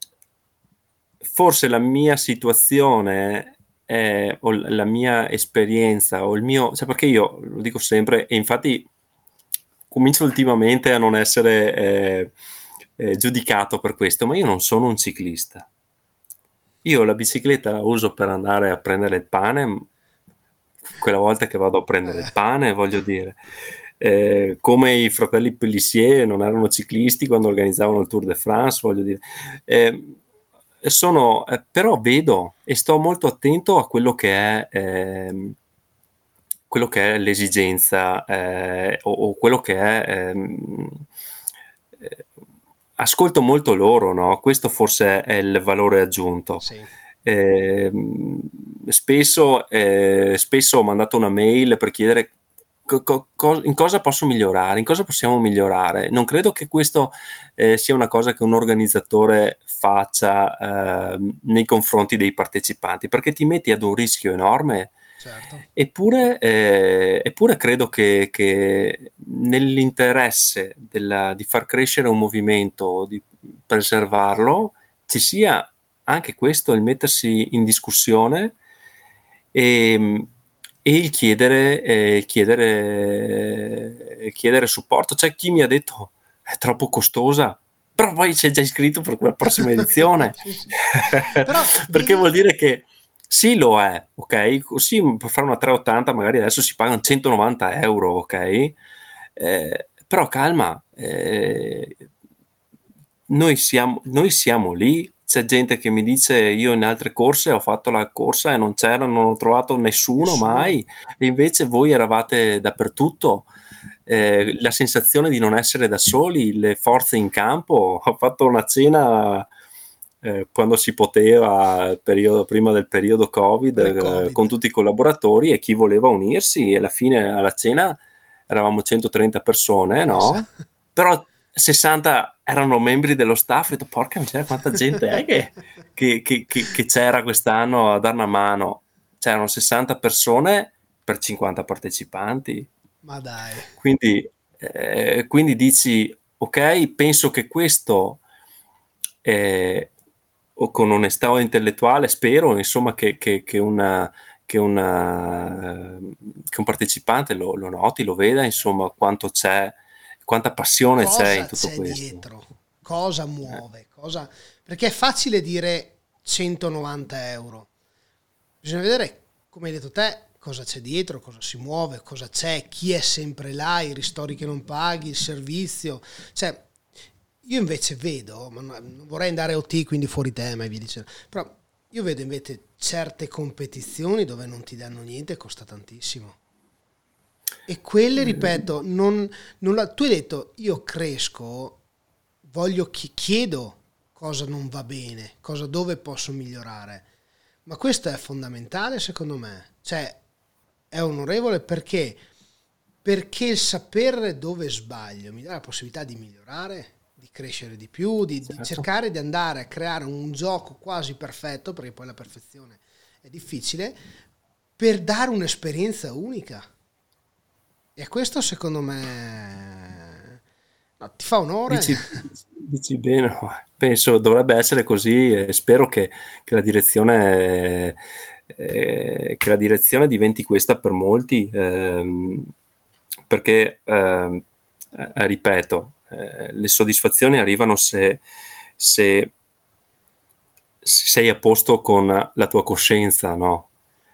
S2: la mia situazione o la mia esperienza o il mio, cioè, perché io lo dico sempre e infatti comincio ultimamente a non essere giudicato per questo, ma io non sono un ciclista. Io la bicicletta la uso per andare a prendere il pane, quella volta che vado a prendere il pane, voglio dire, come i fratelli Pellissier non erano ciclisti quando organizzavano il Tour de France, voglio dire. Però vedo e sto molto attento a quello che è l'esigenza o quello che è ascolto molto loro, no? Questo forse è il valore aggiunto.
S1: Sì.
S2: Spesso ho mandato una mail per chiedere in cosa posso migliorare, in cosa possiamo migliorare. Non credo che questo sia una cosa che un organizzatore faccia nei confronti dei partecipanti, perché ti metti ad un rischio enorme.
S1: Certo.
S2: Eppure credo che nell'interesse di far crescere un movimento, di preservarlo, ci sia anche questo, il mettersi in discussione e il chiedere supporto. C'è chi mi ha detto è troppo costosa, però poi si è già iscritto per la prossima edizione.
S1: Sì, sì. Però
S2: perché vuol dire che sì, lo è, ok? Sì, per fare una 380 magari adesso si pagano 190 euro, ok? Però calma, noi siamo lì. C'è gente che mi dice io in altre corse ho fatto la corsa e non ho trovato nessuno mai, e invece voi eravate dappertutto. La sensazione di non essere da soli, le forze in campo. Ho fatto una cena quando si poteva, prima del periodo Covid, con tutti i collaboratori e chi voleva unirsi, e alla fine alla cena eravamo 130 persone, no? Però 60 erano membri dello staff. Ho detto porca miseria, quanta gente è che c'era quest'anno a dare una mano. C'erano 60 persone per 50 partecipanti.
S1: Ma dai.
S2: Quindi dici ok, penso che questo o con onestà intellettuale spero insomma che un partecipante lo noti, lo veda, insomma, quanta passione c'è in tutto
S1: c'è
S2: questo
S1: dietro? Cosa muove? Perché è facile dire 190 euro. Bisogna vedere, come hai detto te, cosa c'è dietro, cosa si muove, cosa c'è, chi è sempre là, i ristori che non paghi, il servizio. Cioè, io invece vedo, ma non vorrei andare a OT, quindi fuori tema e via dicendo, però io vedo invece certe competizioni dove non ti danno niente e costa tantissimo. E quelle, ripeto, tu hai detto io cresco, chiedo cosa non va bene, dove posso migliorare, ma questo è fondamentale secondo me, cioè è onorevole perché il sapere dove sbaglio mi dà la possibilità di migliorare, di crescere di più, di cercare di andare a creare un gioco quasi perfetto, perché poi la perfezione è difficile, per dare un'esperienza unica. E questo secondo me ti fa onore.
S2: Dici bene, no? Penso dovrebbe essere così, e spero che la direzione diventi questa per molti, perché ripeto, le soddisfazioni arrivano se sei a posto con la tua coscienza, no?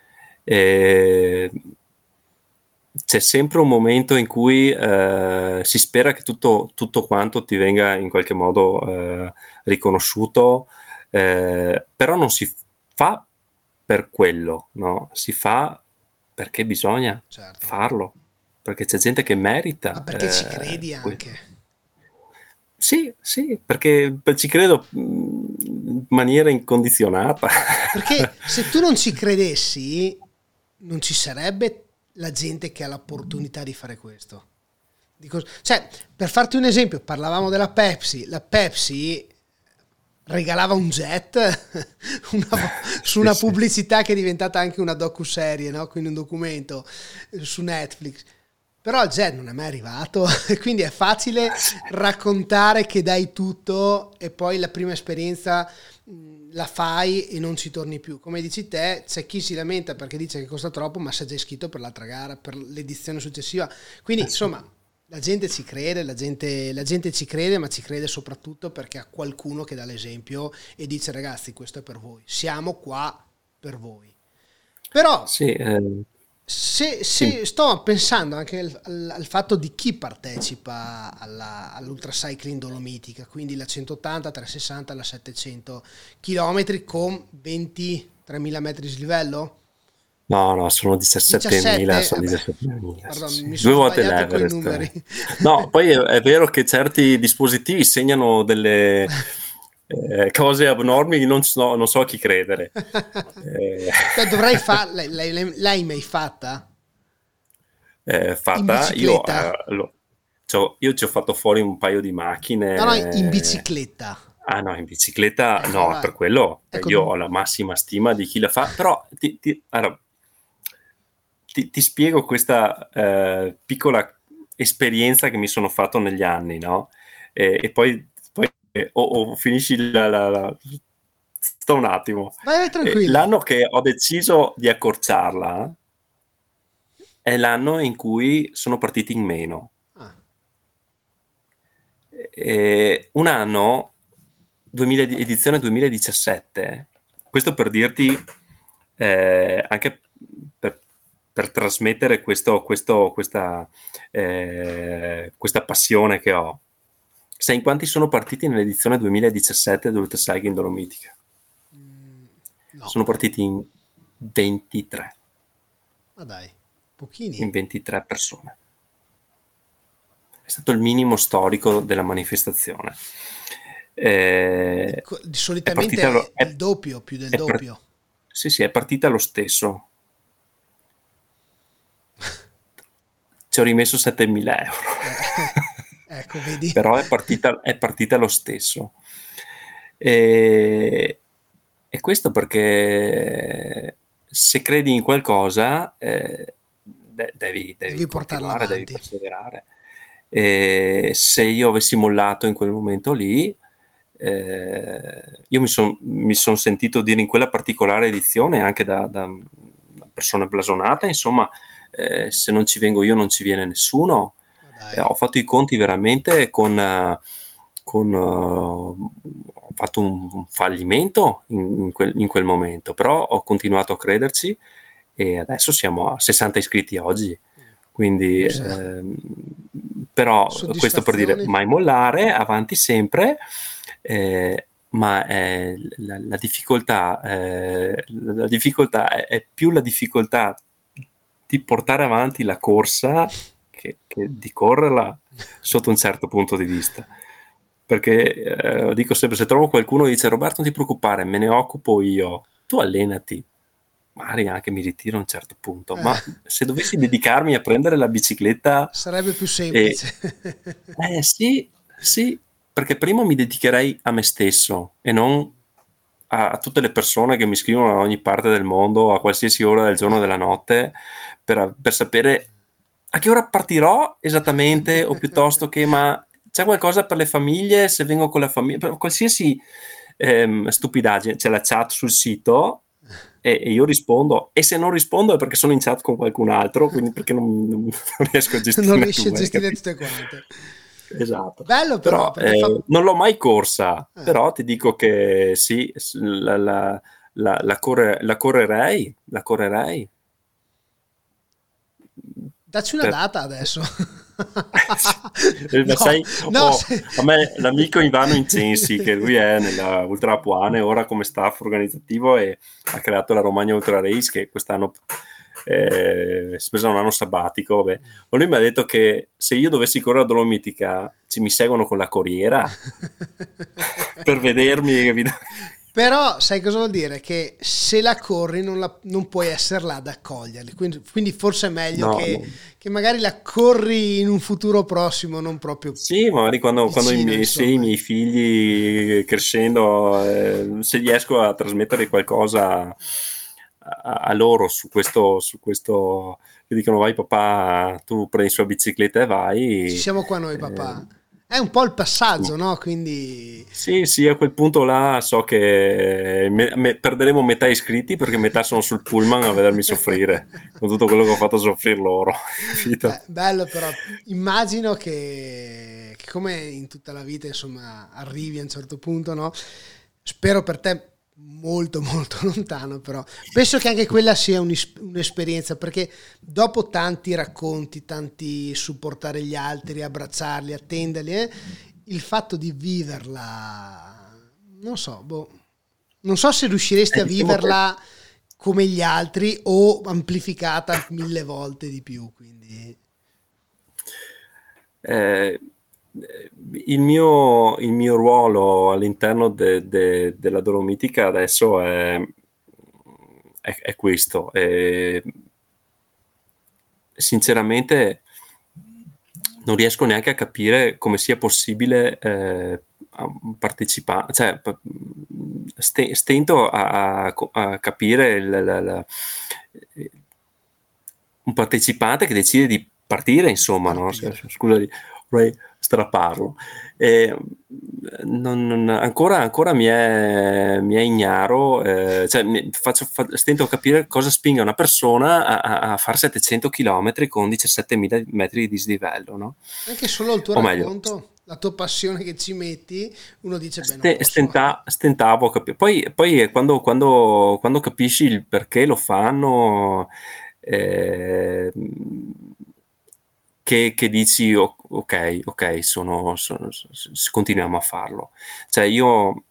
S2: C'è sempre un momento in cui si spera che tutto quanto ti venga in qualche modo riconosciuto, però non si fa per quello, no? Si fa perché bisogna farlo, perché c'è gente che merita.
S1: Ma perché ci credi anche?
S2: Sì, perché ci credo in maniera incondizionata.
S1: Perché se tu non ci credessi, non ci sarebbe la gente che ha l'opportunità di fare questo. Cioè, per farti un esempio, parlavamo della Pepsi. La Pepsi regalava un jet su una pubblicità che è diventata anche una docuserie, no? Quindi un documento su Netflix. Però il jet non è mai arrivato, quindi è facile raccontare che dai tutto e poi la prima esperienza la fai e non ci torni più. Come dici te, c'è chi si lamenta perché dice che costa troppo, ma si è già iscritto per l'altra gara, per l'edizione successiva. Quindi insomma la gente ci crede, la gente ci crede, ma ci crede soprattutto perché ha qualcuno che dà l'esempio e dice ragazzi questo è per voi, siamo qua per voi. Però se sto pensando anche al fatto di chi partecipa all'Ultra Cycling Dolomitica, quindi la 180, 360, la 700 km con 23.000 metri di slivello?
S2: No, sono 17.000, sono 17.000.
S1: Pardon,
S2: sì.
S1: mi sono
S2: 2 volte
S1: sbagliato con i
S2: l'Everest.
S1: numeri.
S2: No, poi è vero che certi dispositivi segnano delle cose abnormi, non so a chi credere.
S1: Dovrei farla, l'hai mai fatta? In
S2: fatta.
S1: bicicletta?
S2: Io ci ho fatto fuori un paio di
S1: No, no, in
S2: macchine.
S1: bicicletta.
S2: Ah no, in bicicletta
S1: Ecco,
S2: no,
S1: allora,
S2: per quello
S1: ecco,
S2: io ho la massima stima di chi la fa, però allora, ti spiego questa piccola esperienza che mi sono fatto negli anni, no? E poi o finisci sto un attimo.
S1: vai, vai tranquillo.
S2: L'anno che ho deciso di accorciarla è l'anno in cui sono partiti in meno.
S1: Ah,
S2: Un anno, edizione 2017, questo per dirti, anche per, per trasmettere questa passione che ho. Sai in quanti sono partiti nell'edizione 2017 dell'Ultra Cycling Dolomitica?
S1: no,
S2: Sono partiti in 23,
S1: ma dai, pochini.
S2: in 23 persone. È stato il minimo storico della manifestazione. È
S1: Solitamente
S2: partita
S1: è il doppio, più del
S2: è par-
S1: doppio.
S2: sì, sì, è partita lo stesso. Ci ho rimesso 7.000 euro.
S1: Ecco, vedi.
S2: Però è partita lo stesso. E, e questo perché se credi in qualcosa, devi
S1: Devi portarla
S2: continuare, devi
S1: avanti.
S2: perseverare. E se io avessi mollato in quel momento lì, io mi son sentito dire in quella particolare edizione, anche da persone blasonate, insomma, se non ci vengo io non ci viene nessuno.
S1: Ma dai.
S2: Ho fatto i conti veramente ho fatto un fallimento in quel momento, però ho continuato a crederci e adesso siamo a 60 iscritti oggi. Quindi,
S1: Cosa?
S2: però questo per dire
S1: Soddisfazioni?
S2: mai mollare, avanti sempre, ma la difficoltà è più la difficoltà di portare avanti la corsa che di correrla sotto un certo punto di vista. Perché dico sempre, se trovo qualcuno che dice Roberto non ti preoccupare, me ne occupo io, tu allenati, magari anche mi ritiro a un certo punto,
S1: Eh,
S2: ma se dovessi dedicarmi a prendere la bicicletta,
S1: sarebbe più
S2: e,
S1: semplice.
S2: sì, sì, perché prima mi dedicherei a me stesso e non a tutte le persone che mi scrivono da ogni parte del mondo, a qualsiasi ora del giorno o della notte, per sapere a che ora partirò esattamente, o piuttosto che, ma c'è qualcosa per le famiglie, se vengo con la famiglia, per qualsiasi stupidaggine, c'è la chat sul sito e io rispondo, e se non rispondo è perché sono in chat con qualcun altro, quindi perché non riesco a
S1: Non
S2: gestirne
S1: riesci a
S2: due,
S1: gestire
S2: capito?
S1: tutte quante.
S2: Esatto.
S1: Bello però,
S2: Però
S1: perché fa...
S2: non l'ho mai corsa,
S1: eh,
S2: però ti dico che sì, la correrei, la correrei.
S1: dacci una
S2: Per-
S1: data adesso.
S2: Ma
S1: No,
S2: sai,
S1: no,
S2: a me l'amico Ivano Incensi, che lui è nella Ultra Apuane, ora come staff organizzativo e ha creato la Romagna Ultra Race, che quest'anno si è preso un anno sabbatico. Vabbè. Ma lui mi ha detto che se io dovessi correre a Dolomitica, mi seguono con la corriera per vedermi, capito?
S1: Però sai cosa vuol dire? Che se la corri non puoi essere là ad accoglierli. Quindi forse è meglio
S2: No, no.
S1: che magari la corri in un futuro prossimo, non proprio
S2: Sì, magari quando
S1: vicino,
S2: se i
S1: insomma.
S2: miei figli crescendo, se riesco a trasmettere qualcosa a loro su questo, che dicono vai papà, tu prendi sulla bicicletta e
S1: Ci
S2: vai.
S1: siamo qua noi,
S2: eh,
S1: papà. È un po' il
S2: sì.
S1: passaggio, no? Quindi...
S2: Sì, sì, a quel punto là so che perderemo metà iscritti perché metà sono sul pullman a vedermi soffrire con tutto quello che ho fatto soffrire loro, capito?
S1: Bello però, immagino che come in tutta la vita, insomma, arrivi a un certo punto, no? Spero per te molto molto lontano, però penso che anche quella sia un'esperienza, perché dopo tanti racconti, tanti supportare gli altri, abbracciarli, attenderli, il fatto di viverla, non so, boh, non so se riusciresti a
S2: Diciamo che
S1: viverla come gli altri o amplificata 1000 volte di più, quindi
S2: Eh, il mio ruolo all'interno della Dolomitica adesso è questo. sinceramente non riesco neanche a capire come sia possibile partecipare, cioè stento a capire un partecipante che decide di partire, insomma, no? Scusa, vorrei strapparlo. Ancora mi è ignaro, cioè stento a capire cosa spinga una persona a fare 700 km con 17.000 metri di dislivello, no?
S1: Anche solo il tuo racconto, la tua passione che ci metti, uno dice beh,
S2: stentavo a capire. Poi quando capisci il perché lo fanno, che dici ok, continuiamo a farlo. Cioè io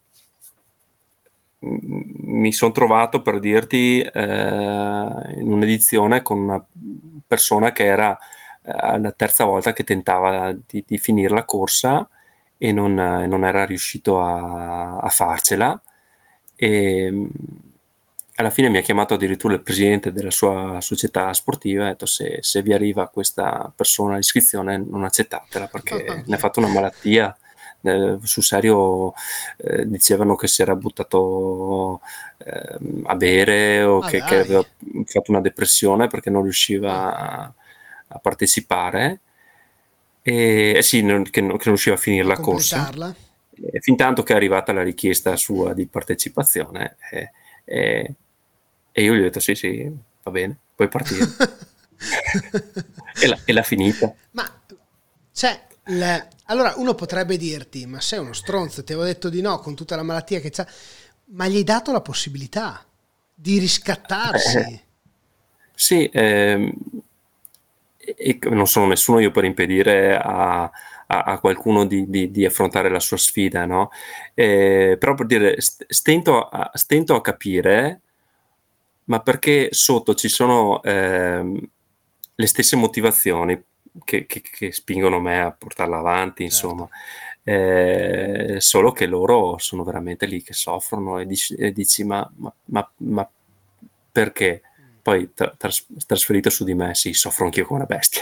S2: mi sono trovato, per dirti, in un'edizione con una persona che era la terza volta che tentava di finire la corsa e non era riuscito a farcela, e alla fine mi ha chiamato addirittura il presidente della sua società sportiva e ha detto: se vi arriva questa persona all'iscrizione non accettatela, perché ne ha fatto una malattia. Sul serio, dicevano che si era buttato a bere o che aveva fatto una depressione perché non riusciva a partecipare, e sì, che non riusciva a finire la corsa, e fin tanto che è arrivata la richiesta sua di partecipazione, e io gli ho detto sì, va bene, puoi partire. e l'ha finita.
S1: Ma allora uno potrebbe dirti: ma sei uno stronzo, ti avevo detto di no con tutta la malattia che c'ha, ma gli hai dato la possibilità di riscattarsi.
S2: Sì, e non sono nessuno io per impedire a qualcuno di affrontare la sua sfida, no? Però per dire, stento a capire, ma perché sotto ci sono le stesse motivazioni che spingono me a portarla avanti, insomma. Solo che loro sono veramente lì che soffrono, e dici ma perché? Poi trasferito su di me, sì, soffro anch'io come una bestia.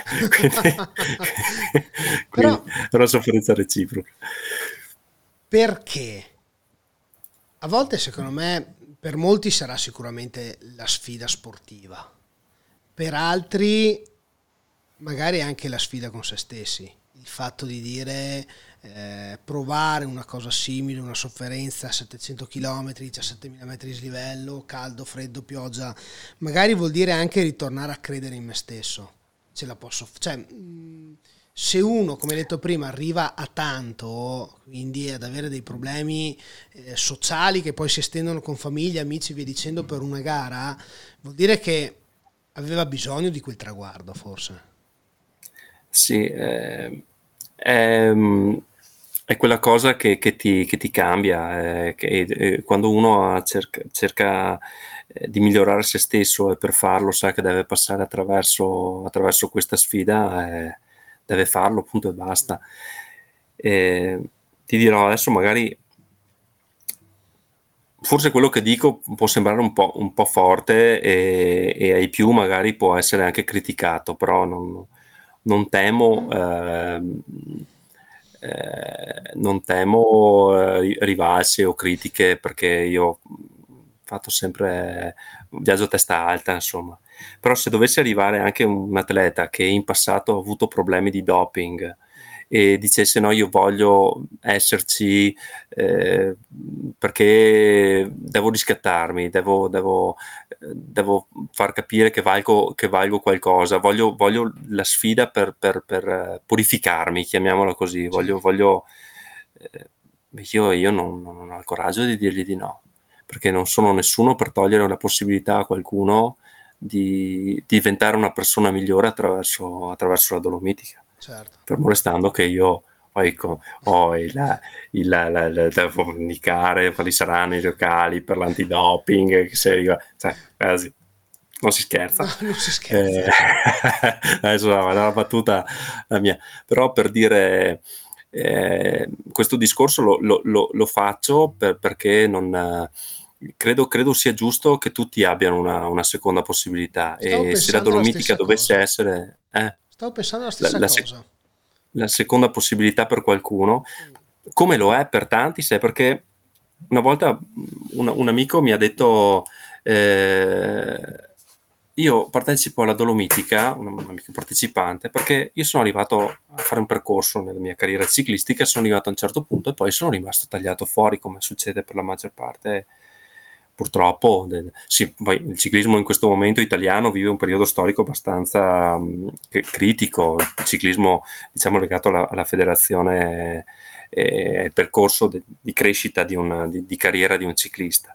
S2: Quindi è una sofferenza reciproca.
S1: Perché a volte, secondo me, per molti sarà sicuramente la sfida sportiva, per altri magari anche la sfida con se stessi, il fatto di dire provare una cosa simile, una sofferenza a 700 km, 17.000 metri di slivello, caldo, freddo, pioggia, magari vuol dire anche ritornare a credere in me stesso. Ce la posso, cioè, se uno, come detto prima, arriva a tanto, quindi ad avere dei problemi sociali che poi si estendono con famiglia, amici, via dicendo, per una gara, vuol dire che aveva bisogno di quel traguardo, forse.
S2: Sì, è quella cosa che ti cambia, quando uno cerca di migliorare se stesso, e per farlo sa che deve passare attraverso questa sfida, deve farlo, punto e basta. Ti dirò adesso, magari forse quello che dico può sembrare un po' forte, e ai più magari può essere anche criticato, però non temo rivalse o critiche, perché io ho fatto sempre viaggio a testa alta, insomma. Però se dovesse arrivare anche un atleta che in passato ha avuto problemi di doping e dicesse no, io voglio esserci perché devo riscattarmi, devo far capire che valgo qualcosa, voglio la sfida per purificarmi, chiamiamola così, voglio io non ho il coraggio di dirgli di no, perché non sono nessuno per togliere la possibilità a qualcuno di diventare una persona migliore attraverso la Dolomitica.
S1: Certo.
S2: Fermo restando che io ho da comunicare quali saranno i locali per l'antidoping, che se arriva, cioè, quasi non si scherza.
S1: No, non si scherza.
S2: Adesso è una battuta la mia, però per dire, questo discorso lo faccio perché credo sia giusto che tutti abbiano una seconda possibilità,
S1: Stavo
S2: e se la
S1: pensando la
S2: Dolomitica
S1: stessa
S2: dovesse
S1: cosa.
S2: essere
S1: Stavo pensando la
S2: la,
S1: stessa
S2: la sec-
S1: cosa.
S2: la seconda possibilità per qualcuno, come lo è per tanti, sai, perché una volta un amico mi ha detto, io partecipo alla Dolomitica, un amico partecipante, perché io sono arrivato a fare un percorso nella mia carriera ciclistica, sono arrivato a un certo punto e poi sono rimasto tagliato fuori, come succede per la maggior parte, purtroppo. Sì, poi il ciclismo in questo momento italiano vive un periodo storico abbastanza critico, il ciclismo, diciamo, legato alla federazione, il percorso di crescita di carriera di un ciclista.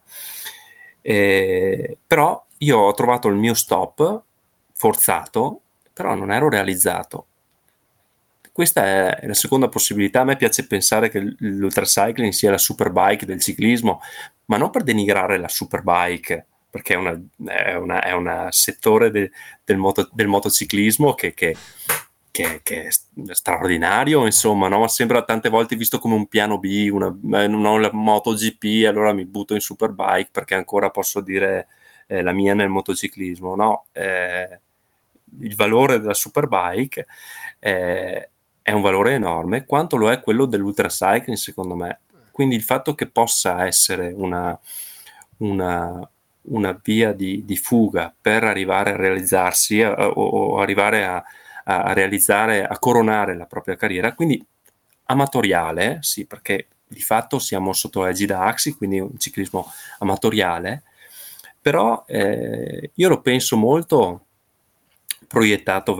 S2: Però io ho trovato il mio stop forzato, però non ero realizzato. Questa è la seconda possibilità. A me piace pensare che l'ultracycling sia la superbike del ciclismo, ma non per denigrare la superbike, perché è un settore del motociclismo che è straordinario, insomma, no? Ma sembra tante volte visto come un piano B, non la MotoGP, allora mi butto in superbike perché ancora posso dire la mia nel motociclismo, no? Il valore della superbike è un valore enorme, quanto lo è quello dell'ultracycling, secondo me. Quindi il fatto che possa essere una, una via di fuga per arrivare a realizzarsi o arrivare a realizzare, a coronare la propria carriera, quindi amatoriale, sì, perché di fatto siamo sotto egida AXI, quindi un ciclismo amatoriale, però io lo penso molto proiettato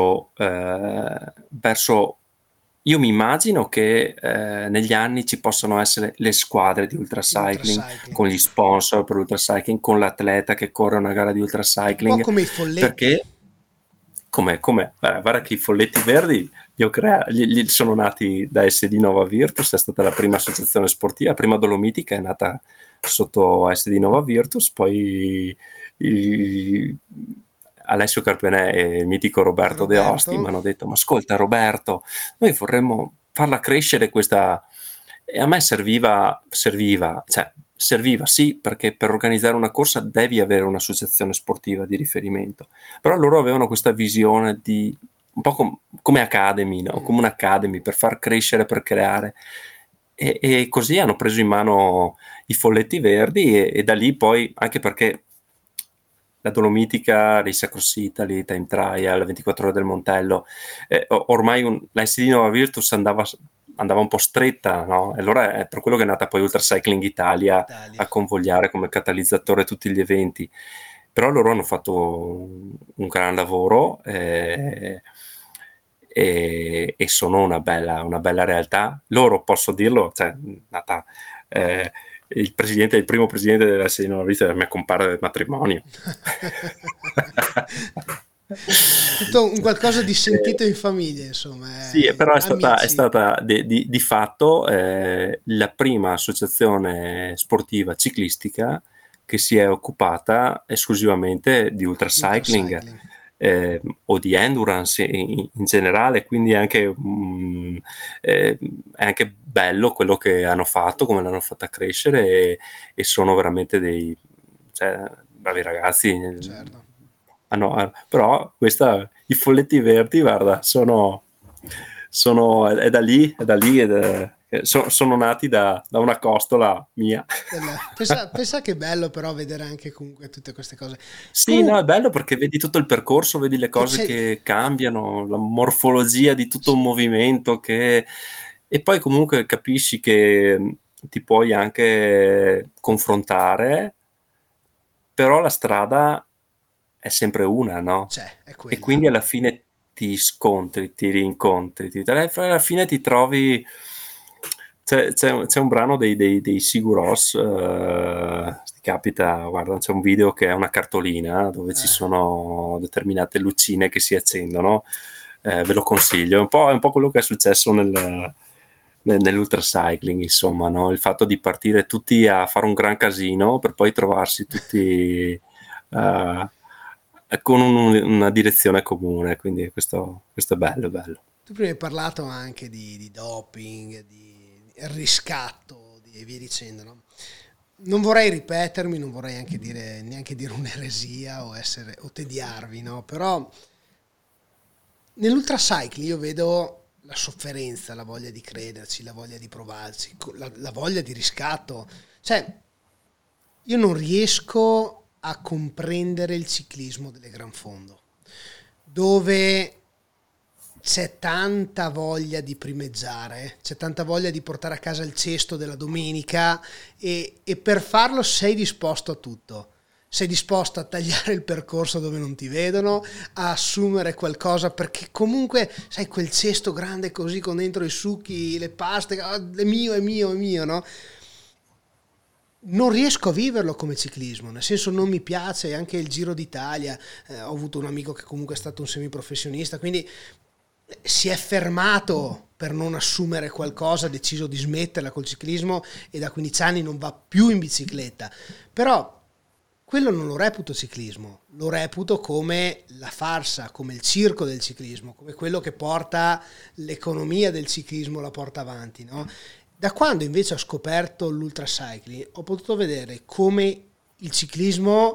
S2: verso io mi immagino che negli anni ci possano essere le squadre di ultracycling,
S1: L'ultracycling.
S2: con gli sponsor per ultracycling, con l'atleta che corre una gara di
S1: Un po'
S2: ultracycling,
S1: come i folletti.
S2: perché guarda che i Folletti Verdi sono nati da SD Nova Virtus, è stata la prima associazione sportiva, la prima Dolomitica è nata sotto SD Nova Virtus, poi i- Alessio Carpenè e il mitico
S1: Di
S2: Roberto De Osti mi
S1: Roberto.
S2: hanno detto: ma ascolta Roberto, noi vorremmo farla crescere questa. E a me serviva sì, perché per organizzare una corsa devi avere un'associazione sportiva di riferimento, però loro avevano questa visione di un po' come Academy, no? Come un'Academy per far crescere, per creare, e così hanno preso in mano i Folletti Verdi, e da lì poi, anche perché la Dolomitica, Race Across Italy, Time Trial, 24 ore del Montello, ormai la SD Nova Virtus andava un po' stretta, no? E allora è per quello che è nata poi Ultracycling Italia
S1: Italia.
S2: a convogliare come catalizzatore tutti gli eventi. Però loro hanno fatto un gran lavoro, e sono una bella realtà. Loro, posso dirlo, cioè, nata, eh, il primo presidente della Nuova Vita è mia compare del matrimonio.
S1: Tutto un qualcosa di
S2: Eh,
S1: sentito in famiglia, insomma,
S2: sì, però è
S1: amici.
S2: stata di fatto la prima associazione sportiva ciclistica che si è occupata esclusivamente di
S1: Di
S2: ultracycling,
S1: ultracycling.
S2: o di endurance in generale, quindi è anche bello quello che hanno fatto, come l'hanno fatta crescere, e sono veramente cioè, bravi ragazzi.
S1: Certo.
S2: Però i Folletti Verdi, guarda, è da lì sono nati da una costola mia.
S1: Pensa che bello però vedere anche comunque tutte queste cose.
S2: Sì, no, è
S1: Comunque,
S2: bello perché vedi tutto il percorso, vedi le
S1: che
S2: cose
S1: c'è.
S2: che cambiano, la morfologia di tutto un movimento, e poi comunque capisci che ti puoi anche confrontare, però la strada è sempre una, no?
S1: È
S2: E
S1: quella.
S2: quindi alla fine ti scontri, ti rincontri, alla fine ti trovi. C'è un brano dei Sigur Rós, ti capita, guarda, c'è un video che è una cartolina dove ci sono determinate lucine che si accendono, ve lo consiglio, è un po' quello che è successo nell'ultracycling, insomma, no? Il fatto di partire tutti a fare un gran casino per poi trovarsi tutti con una direzione comune, quindi questo è bello, è bello.
S1: Tu prima hai parlato anche di doping, di riscatto e via dicendo, no? non vorrei ripetermi, non vorrei anche neanche dire un'eresia o tediarvi, no? Però nell'ultracycling io vedo la sofferenza, la voglia di crederci, la voglia di provarci, la voglia di riscatto. Cioè, io non riesco a comprendere il ciclismo delle gran fondo, dove c'è tanta voglia di primeggiare, c'è tanta voglia di portare a casa il cesto della domenica e per farlo sei disposto a tutto. Sei disposto a tagliare il percorso dove non ti vedono, a assumere qualcosa perché comunque sai quel cesto grande così con dentro i succhi, le paste, è mio, è mio, è mio, no? Non riesco a viverlo come ciclismo, nel senso non mi piace anche il Giro d'Italia. Ho avuto un amico che comunque è stato un semiprofessionista, quindi si è fermato per non assumere qualcosa, ha deciso di smetterla col ciclismo e da 15 anni non va più in bicicletta. Però quello non lo reputo ciclismo, lo reputo come la farsa, come il circo del ciclismo, come quello che porta l'economia del ciclismo, la porta avanti, no? Da quando invece ho scoperto l'ultracycling ho potuto vedere come il ciclismo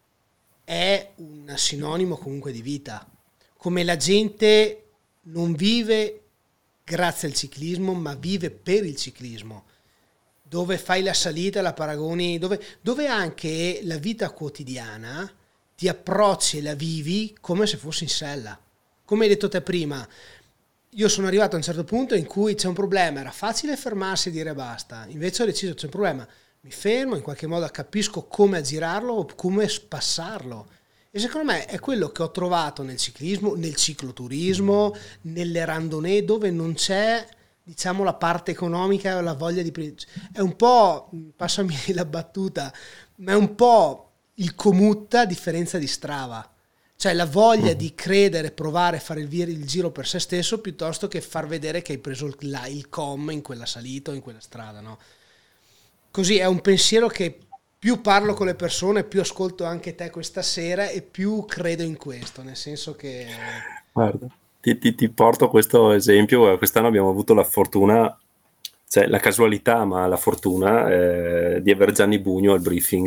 S1: è un sinonimo comunque di vita, come la gente non vive grazie al ciclismo ma vive per il ciclismo, dove fai la salita, la paragoni, dove anche la vita quotidiana ti approcci e la vivi come se fossi in sella. Come hai detto te prima, io sono arrivato a un certo punto in cui c'è un problema, era facile fermarsi e dire basta, invece ho deciso c'è un problema, mi fermo, in qualche modo capisco come aggirarlo o come spassarlo. E secondo me è quello che ho trovato nel ciclismo, nel cicloturismo, nelle randonnée, dove non c'è, diciamo, la parte economica o la voglia di... È un po', passami la battuta, ma è un po' il Komoot a differenza di Strava. Cioè la voglia di credere, provare, fare il giro per se stesso piuttosto che far vedere che hai preso il com in quella salita o in quella strada, no? Così è un pensiero che più parlo con le persone, più ascolto anche te questa sera e più credo in questo, nel senso che...
S2: Guarda, ti porto questo esempio. Quest'anno abbiamo avuto la fortuna, cioè la casualità, ma la fortuna di aver Gianni Bugno al briefing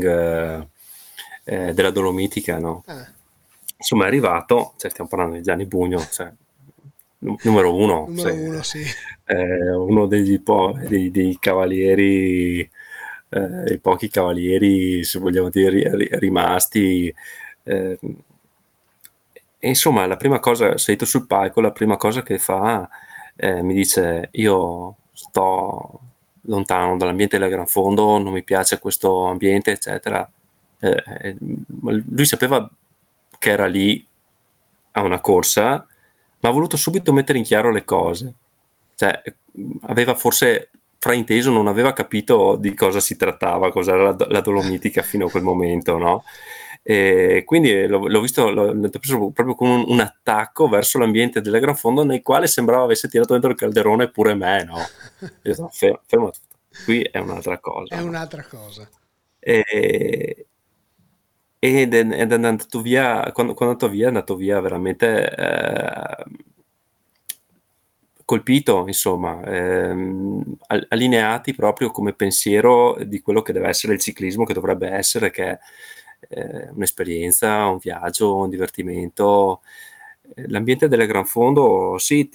S2: della Dolomitica, no? Insomma è arrivato, cioè stiamo parlando di Gianni Bugno, cioè, numero uno,
S1: sì.
S2: Uno dei cavalieri, i pochi cavalieri, se vogliamo dire, rimasti. E insomma, la prima cosa, salito sul palco, la prima cosa che fa, mi dice: io sto lontano dall'ambiente del Gran Fondo, non mi piace questo ambiente, eccetera. Lui sapeva che era lì a una corsa, ma ha voluto subito mettere in chiaro le cose. Cioè, aveva forse frainteso, non aveva capito di cosa si trattava, cos'era la Dolomitica fino a quel momento, no? E quindi l'ho visto, l'ho preso proprio con un attacco verso l'ambiente del Gran Fondo, nel quale sembrava avesse tirato dentro il calderone pure me, no? Io detto, fermo tutto, qui è un'altra cosa.
S1: È un'altra cosa.
S2: Ed è andato via, quando è andato via veramente colpito, insomma, allineati proprio come pensiero di quello che deve essere il ciclismo, che dovrebbe essere, che è un'esperienza, un viaggio, un divertimento. L'ambiente del Gran Fondo, sì,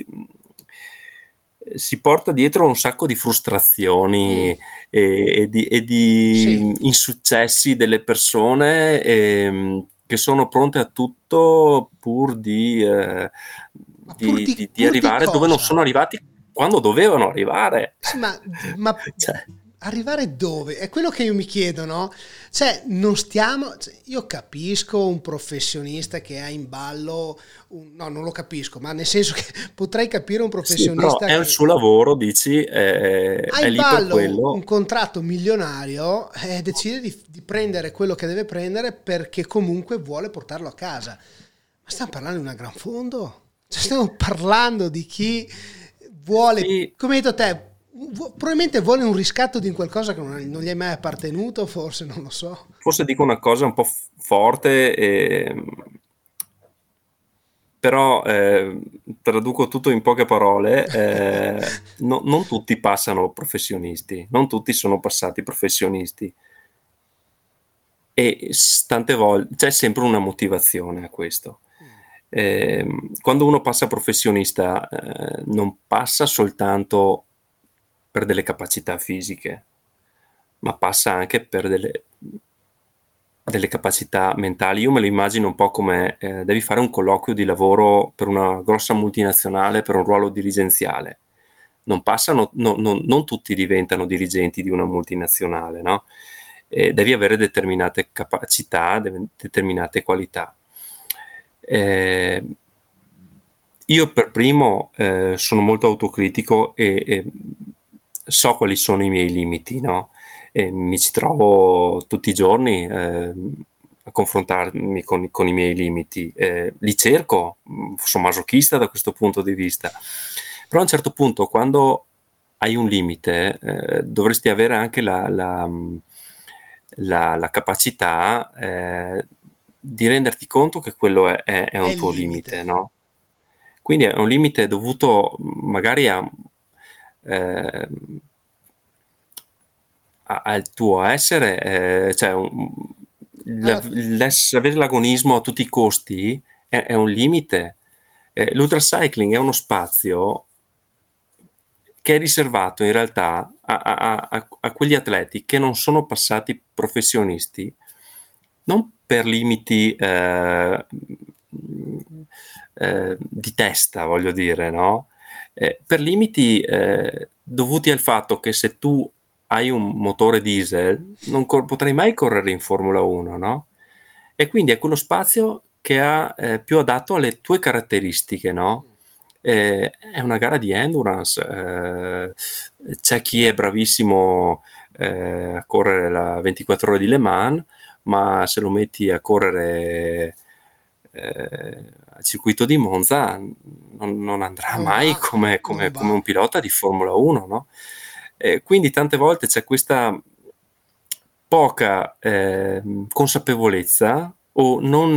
S2: si porta dietro un sacco di frustrazioni e di insuccessi delle persone che sono pronte a tutto pur di arrivare dove non sono arrivati quando dovevano arrivare.
S1: Sì, ma cioè, arrivare dove? È quello che io mi chiedo, no? Cioè, non stiamo... Cioè, io capisco un professionista che ha in ballo... no, non lo capisco, ma nel senso che potrei capire un professionista
S2: sì, però è il suo lavoro, dici,
S1: ha
S2: è
S1: in
S2: lì
S1: ballo
S2: per quello.
S1: un contratto milionario e decide di prendere quello che deve prendere perché comunque vuole portarlo a casa. Ma stiamo parlando di una Gran Fondo? Cioè, stiamo parlando di chi vuole, sì, come hai detto te, probabilmente vuole un riscatto di qualcosa che non gli è mai appartenuto, forse, non lo so.
S2: Forse dico una cosa un po' forte, però traduco tutto in poche parole. Non tutti passano professionisti, non tutti sono passati professionisti. e tante volte c'è sempre una motivazione a questo. Quando uno passa professionista, non passa soltanto per delle capacità fisiche, ma passa anche per delle capacità mentali. Io me lo immagino un po' come devi fare un colloquio di lavoro per una grossa multinazionale per un ruolo dirigenziale. Non passano, non tutti diventano dirigenti di una multinazionale, no? Devi avere determinate capacità, determinate qualità. Io per primo sono molto autocritico e so quali sono i miei limiti, no? E mi ci trovo tutti i giorni a confrontarmi con i miei limiti. Li cerco, sono masochista da questo punto di vista. Però a un certo punto, quando hai un limite, dovresti avere anche la capacità di renderti conto che quello è
S1: È
S2: un
S1: il
S2: tuo
S1: limite.
S2: limite, no? Quindi è un limite dovuto magari eh, al tuo essere, cioè
S1: Allora,
S2: avere l'agonismo a tutti i costi è un limite. L'ultracycling è uno spazio che è riservato in realtà a quegli atleti che non sono passati professionisti, non per limiti di testa, voglio dire, no? Per limiti dovuti al fatto che se tu hai un motore diesel non potrai mai correre in Formula 1, no? E quindi è quello spazio che ha più adatto alle tue caratteristiche, no? È una gara di endurance, c'è chi è bravissimo a correre la 24 ore di Le Mans, ma se lo metti a correre al circuito di Monza non andrà
S1: non
S2: mai
S1: va,
S2: come
S1: non va.
S2: un pilota di Formula 1, no? Quindi tante volte c'è questa poca consapevolezza o non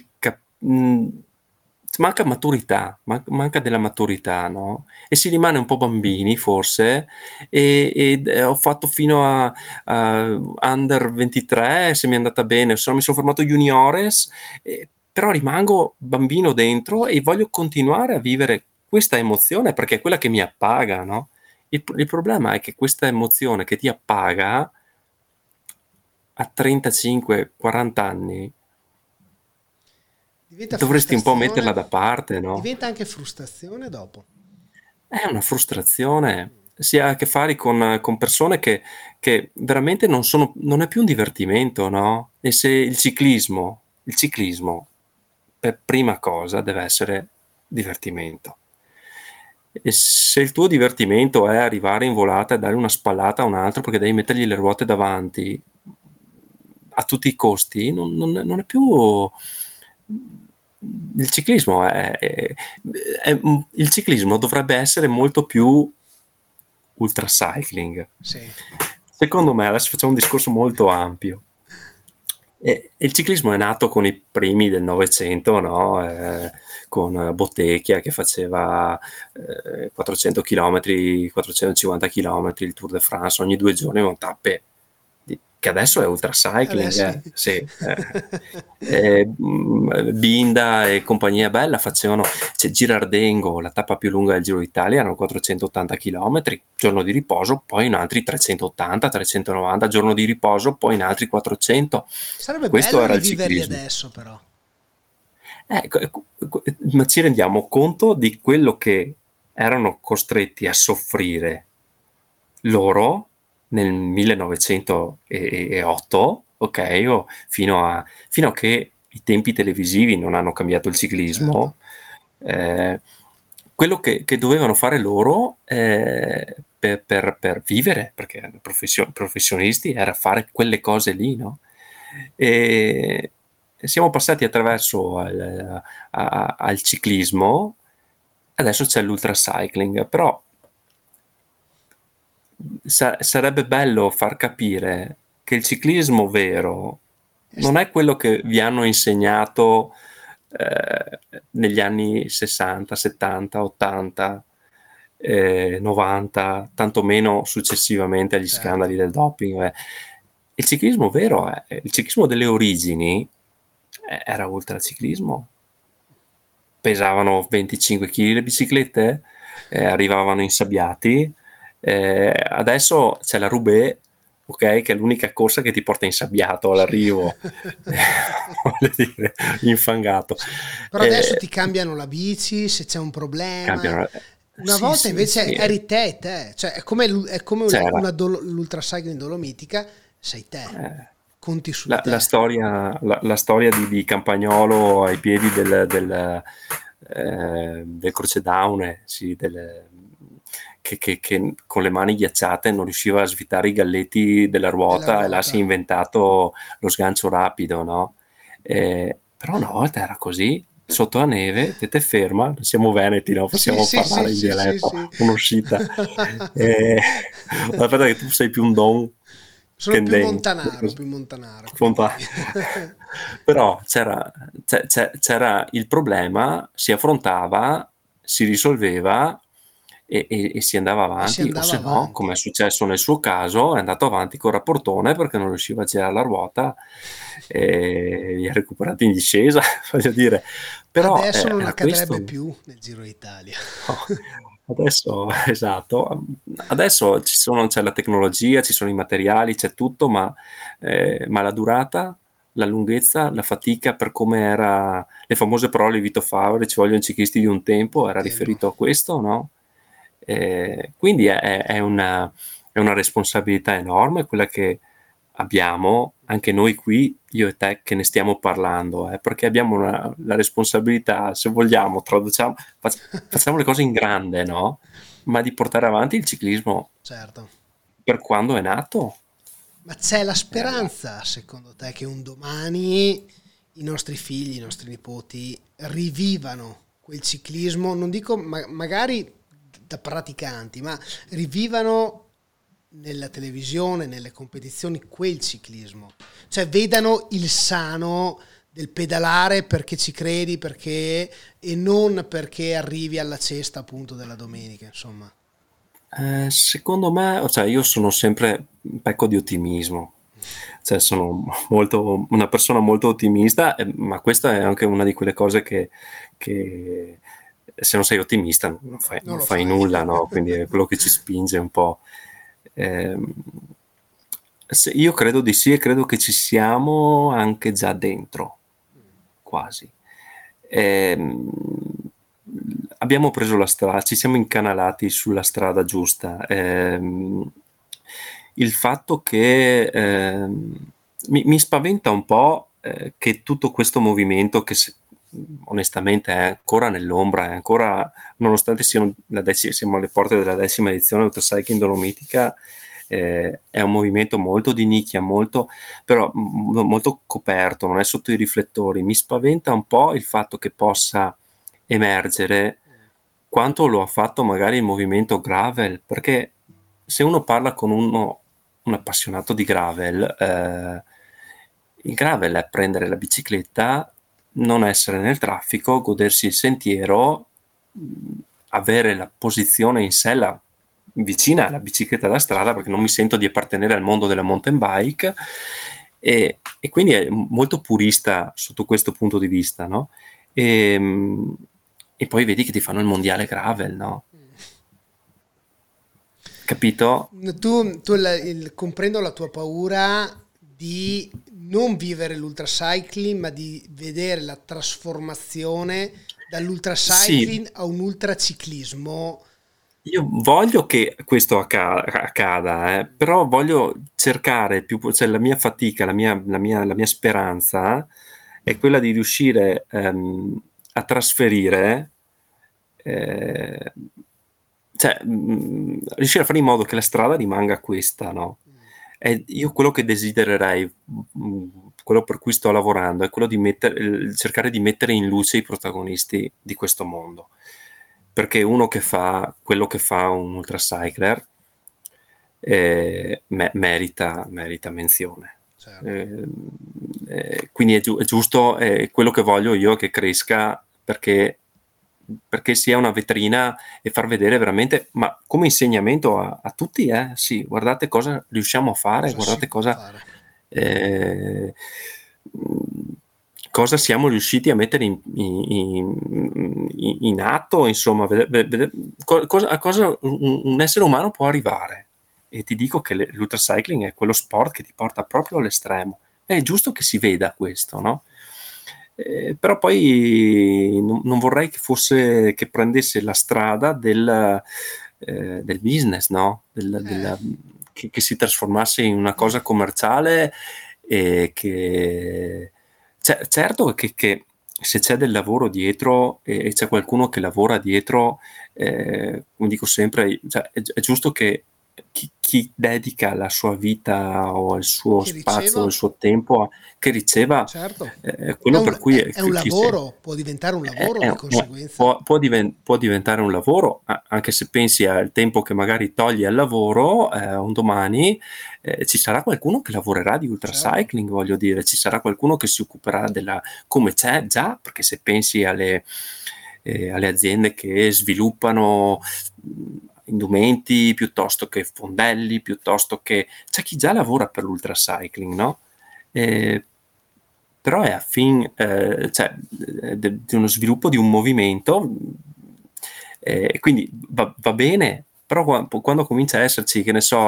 S2: manca maturità, manca della maturità, no? E si rimane un po' bambini forse ed ho fatto fino a under 23, se mi è andata bene, mi sono formato juniores, però rimango bambino dentro e voglio continuare a vivere questa emozione perché è quella che mi appaga, no? Il problema è che questa emozione che ti appaga a 35-40 anni
S1: Diventa
S2: dovresti un po' metterla
S1: frustrazione,
S2: da parte, no?
S1: diventa anche frustrazione dopo.
S2: È una frustrazione, si ha a che fare con persone che veramente non è più un divertimento, no? E se il ciclismo per prima cosa deve essere divertimento. E se il tuo divertimento è arrivare in volata e dare una spallata a un altro perché devi mettergli le ruote davanti a tutti i costi, non è più il ciclismo il ciclismo dovrebbe essere molto più ultracycling.
S1: Sì.
S2: Secondo me, adesso facciamo un discorso molto ampio. Il ciclismo è nato con i primi del Novecento, no? Con Bottecchia che faceva 400 km, 450 km, il Tour de France ogni 2 giorni con tappe che adesso è ultracycling,
S1: Adesso...
S2: sì. Binda e compagnia bella facevano, c'è Girardengo, la tappa più lunga del Giro d'Italia erano 480 km, giorno di riposo, poi in altri 380, 390, giorno di riposo, poi in altri 400.
S1: Sarebbe
S2: Questo
S1: bello
S2: era il
S1: riviverli
S2: ciclismo.
S1: adesso, però.
S2: Ma ci rendiamo conto di quello che erano costretti a soffrire loro nel 1908, ok? Fino a che i tempi televisivi non hanno cambiato il
S1: Certo.
S2: ciclismo, quello che dovevano fare loro per vivere, perché professionisti, era fare quelle cose lì, no? E siamo passati attraverso al ciclismo, adesso c'è l'ultracycling, però sarebbe bello far capire che il ciclismo vero non è quello che vi hanno insegnato negli anni 60, 70, 80, 90, tantomeno successivamente agli
S1: Certo.
S2: scandali del doping. il ciclismo vero, il ciclismo delle origini era ultraciclismo. Pesavano 25 kg le biciclette, arrivavano insabbiati. Adesso c'è la Roubaix, ok, che è l'unica corsa che ti porta insabbiato
S1: Sì.
S2: all'arrivo, voglio dire, infangato.
S1: Però adesso ti cambiano la bici se c'è un problema.
S2: Cambiano.
S1: Una
S2: Sì,
S1: volta
S2: sì,
S1: invece
S2: sì,
S1: eri te. Cioè è come
S2: c'era.
S1: l'ultracycling dolomitica, sei te,
S2: eh,
S1: conti su di
S2: la
S1: te.
S2: storia, la storia di Campagnolo ai piedi del Crocedaune, sì, che con le mani ghiacciate non riusciva a svitare i galletti della
S1: Della
S2: ruota e là si è
S1: ruota.
S2: inventato lo sgancio rapido, no? Però una volta era così, sotto la neve, te ferma, siamo veneti, no?
S1: Sì,
S2: Possiamo
S1: sì, sì,
S2: parlare in
S1: sì, sì,
S2: dialetto,
S1: sì.
S2: un'uscita. Eh, aspetta che tu sei più un don che
S1: Sono
S2: un den.
S1: più montanaro, quindi...
S2: Fonta- Però c'era il problema, si affrontava, si risolveva e si andava
S1: E si
S2: avanti, o
S1: andava
S2: se no, come
S1: avanti.
S2: è successo nel suo caso, è andato avanti col rapportone perché non riusciva a girare la ruota e li ha recuperati in discesa, voglio dire. Però
S1: Adesso non
S2: era
S1: accadrebbe
S2: questo.
S1: più nel Giro d'Italia.
S2: No, adesso, esatto, adesso c'è la tecnologia, ci sono i materiali, c'è tutto, ma la durata, la lunghezza, la fatica per come era, le famose parole di Vito Favre, ci vogliono i ciclisti di un tempo,
S1: Un
S2: era
S1: tempo.
S2: riferito a questo, no? Quindi è una responsabilità enorme quella che abbiamo anche noi qui, io e te, che ne stiamo parlando, perché abbiamo la responsabilità, se vogliamo, facciamo le cose in grande, no? Ma di portare avanti il ciclismo
S1: Certo.
S2: per quando è nato.
S1: Ma c'è la
S2: Eh,
S1: speranza, secondo te, che un domani i nostri figli, i nostri nipoti rivivano quel ciclismo, non dico magari da praticanti, ma rivivano nella televisione, nelle competizioni, quel ciclismo. Cioè vedano il sano del pedalare perché ci credi, perché e non perché arrivi alla cesta appunto della domenica, insomma.
S2: secondo me, cioè, io sono sempre un pecco di ottimismo, cioè sono una persona molto ottimista, ma questa è anche una di quelle cose che se non sei ottimista non fai,
S1: Non
S2: non
S1: lo
S2: fai
S1: fai.
S2: nulla, no? Quindi è quello che ci spinge un po'. Ehm, io credo di sì e credo che ci siamo anche già dentro, quasi. Ehm, Abbiamo preso la strada, ci siamo incanalati sulla strada giusta. Il fatto che mi spaventa un po' che tutto questo movimento, onestamente è ancora nell'ombra, è ancora, nonostante siamo alle porte della 10ª edizione Ultracycling Dolomitica, è un movimento molto di nicchia, però molto coperto, non è sotto i riflettori. Mi spaventa un po' il fatto che possa emergere quanto lo ha fatto magari il movimento gravel, perché se uno parla con un appassionato di gravel, il gravel è prendere la bicicletta, non essere nel traffico, godersi il sentiero, avere la posizione in sella vicina alla bicicletta da strada, perché non mi sento di appartenere al mondo della mountain bike, e quindi è molto purista sotto questo punto di vista, no? E, e poi vedi che ti fanno il mondiale gravel, no? Capito?
S1: Comprendo la tua paura di non vivere l'ultracycling, ma di vedere la trasformazione
S2: Sì,
S1: dall'ultracycling a un ultraciclismo.
S2: io voglio che questo accada, però voglio cercare cioè la mia fatica, la mia speranza è quella di riuscire a trasferire, eh, cioè riuscire a fare in modo che la strada rimanga questa, no? E io quello che desidererei, quello per cui sto lavorando, è quello di cercare di mettere in luce i protagonisti di questo mondo. Perché uno che fa quello che fa un ultracycler merita menzione.
S1: Certo.
S2: Eh, quindi è giusto, quello che voglio io è che cresca perché sia una vetrina e far vedere veramente, ma come insegnamento a tutti, sì, guardate cosa riusciamo a fare,
S1: Cosa si
S2: guardate
S1: può
S2: cosa
S1: fare?
S2: eh, cosa siamo riusciti a mettere in atto, insomma, a cosa un essere umano può arrivare. E ti dico che l'ultracycling è quello sport che ti porta proprio all'estremo. È giusto che si veda questo, no? Però poi non vorrei che prendesse la strada del business, no? Che si trasformasse in una cosa commerciale e che certo che se c'è del lavoro dietro e c'è qualcuno che lavora dietro, come dico sempre, cioè, è giusto che chi dedica la sua vita o il suo
S1: Che
S2: spazio o il
S1: riceva,
S2: suo tempo che riceva
S1: certo,
S2: quello per cui
S1: è un lavoro, può diventare un lavoro di conseguenza.
S2: può diventare un lavoro, anche se pensi al tempo che magari togli al lavoro, un domani ci sarà qualcuno che lavorerà di
S1: Certo.
S2: ultracycling, voglio dire, ci sarà qualcuno che si occuperà come c'è già, perché se pensi alle aziende che sviluppano indumenti piuttosto che fondelli, piuttosto che c'è chi già lavora per l'ultracycling, no? Eh, Però è cioè, di uno sviluppo di un movimento, quindi va bene, però quando comincia a esserci, che ne so,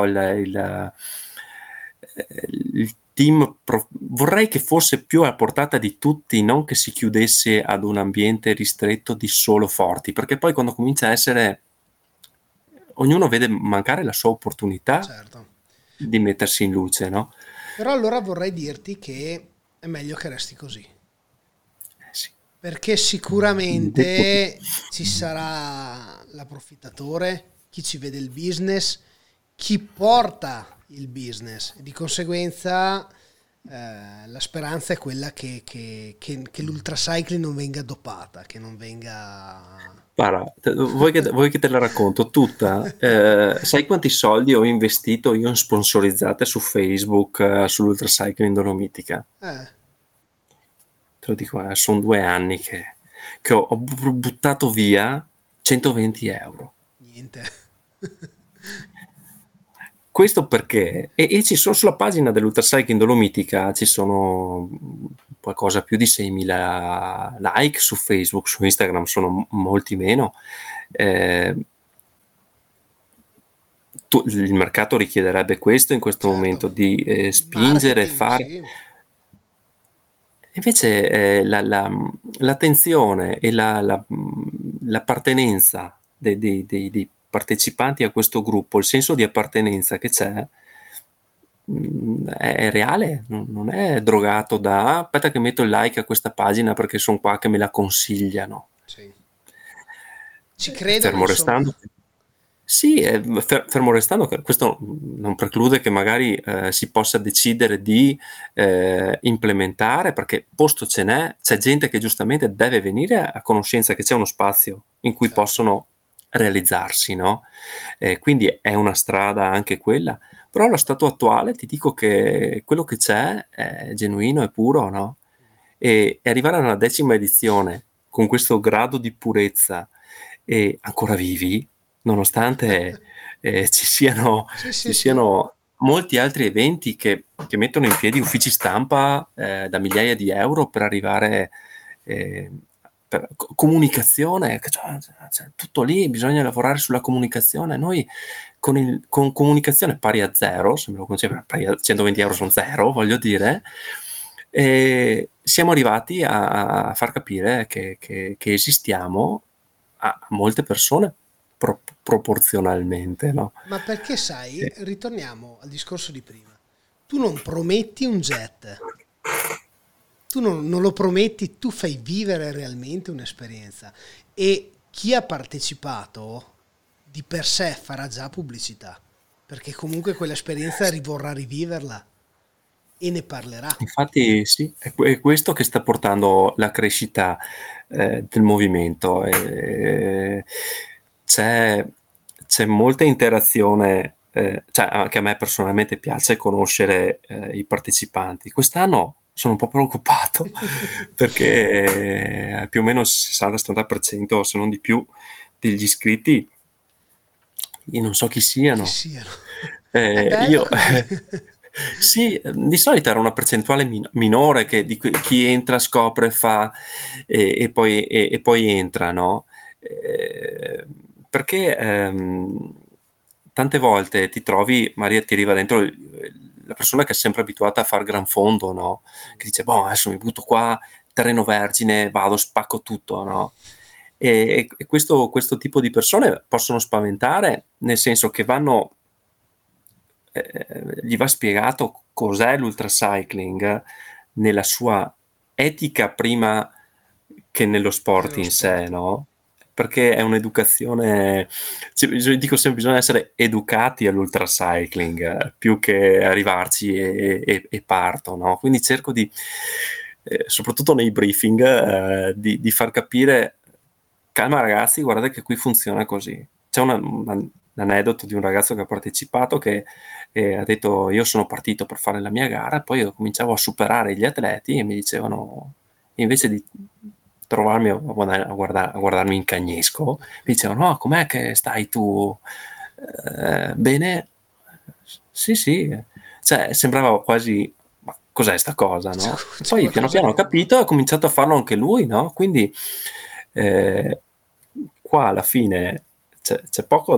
S2: il team, vorrei che fosse più a portata di tutti, non che si chiudesse ad un ambiente ristretto di solo forti, perché poi quando comincia a essere, ognuno vede mancare la sua opportunità
S1: Certo.
S2: di mettersi in luce, no?
S1: Però allora vorrei dirti che è meglio che resti così,
S2: Sì.
S1: perché
S2: Detto che-
S1: sicuramente ci sarà l'approfittatore, chi ci vede il business, chi porta il business. E di conseguenza la speranza è quella che l'ultracycling non venga dopata, che non venga...
S2: Guarda, vuoi che te la racconto tutta? Sai quanti soldi ho investito io in sponsorizzate su Facebook sull'Ultracycling Dolomitica?
S1: Eh,
S2: Te lo dico, sono 2 anni che ho buttato via 120 euro.
S1: niente.
S2: Questo perché, e ci sono sulla pagina dell'Ultracycling Dolomitica, ci sono qualcosa più di 6.000 like su Facebook, su Instagram sono molti meno. Eh, il mercato richiederebbe questo in questo
S1: Certo.
S2: momento, di spingere,
S1: Marketing,
S2: fare.
S1: sì.
S2: Invece l'attenzione e l'appartenenza dei partecipanti a questo gruppo, il senso di appartenenza che c'è, è reale, non è drogato da aspetta che metto il like a questa pagina perché sono qua che me la consigliano.
S1: Sì. Ci credono,
S2: Fermo
S1: insomma.
S2: restando che sì, fermo restando che questo non preclude che magari si possa decidere di implementare, perché posto c'è gente che giustamente deve venire a conoscenza che c'è uno spazio in cui
S1: Certo.
S2: possono realizzarsi, no? Quindi è una strada anche quella, però allo stato attuale ti dico che quello che c'è è genuino e puro, no? E arrivare alla 10ª edizione con questo grado di purezza e ancora vivi, nonostante
S1: Sì, sì,
S2: ci
S1: sì.
S2: siano molti altri eventi che mettono in piedi uffici stampa da migliaia di euro per arrivare eh, comunicazione, cioè, tutto lì, bisogna lavorare sulla comunicazione. Noi con comunicazione pari a zero, se me lo concede, pari a 120 euro sono zero, voglio dire, siamo arrivati a far capire che esistiamo a molte persone proporzionalmente, no?
S1: Ma perché sai,
S2: Eh,
S1: ritorniamo al discorso di prima. Tu non prometti un jet, tu non lo prometti, tu fai vivere realmente un'esperienza. E chi ha partecipato di per sé farà già pubblicità, perché comunque quell'esperienza vorrà riviverla e ne parlerà.
S2: Infatti sì, è questo che sta portando la crescita del movimento. C'è, c'è molta interazione, cioè anche a me personalmente piace conoscere i partecipanti. Quest'anno sono un po' preoccupato perché più o meno il 60-70%, se non di più, degli iscritti io non so chi
S1: Chi
S2: siano.
S1: siano. È bello
S2: Io
S1: così.
S2: Sì, di solito era una percentuale minore che chi entra, scopre, fa e poi entra, no? Eh, perché tante volte ti trovi, Maria, ti arriva dentro la persona che è sempre abituata a far gran fondo, no? Che dice, boh, adesso mi butto qua, terreno vergine, vado, spacco tutto, no? E questo tipo di persone possono spaventare, nel senso che gli va spiegato cos'è l'ultracycling nella sua etica prima che nello sport
S1: nello
S2: in sé,
S1: sport.
S2: no? Perché è un'educazione, dico sempre, bisogna essere educati all'ultracycling più che arrivarci e parto, no? Quindi cerco di, soprattutto nei briefing, di far capire, calma ragazzi, guardate che qui funziona così. C'è un aneddoto di un ragazzo che ha partecipato che ha detto io sono partito per fare la mia gara, poi cominciavo a superare gli atleti e mi dicevano, invece di trovarmi a guardarmi in cagnesco, mi dicevano no, com'è che stai tu? Bene? Sì, sì, cioè sembrava quasi ma cos'è sta cosa, no? E
S1: C'è
S2: poi piano
S1: qualcosa
S2: piano
S1: che
S2: ho
S1: non va.
S2: capito e ha cominciato a farlo anche lui, no? Quindi eh, qua alla fine c'è poco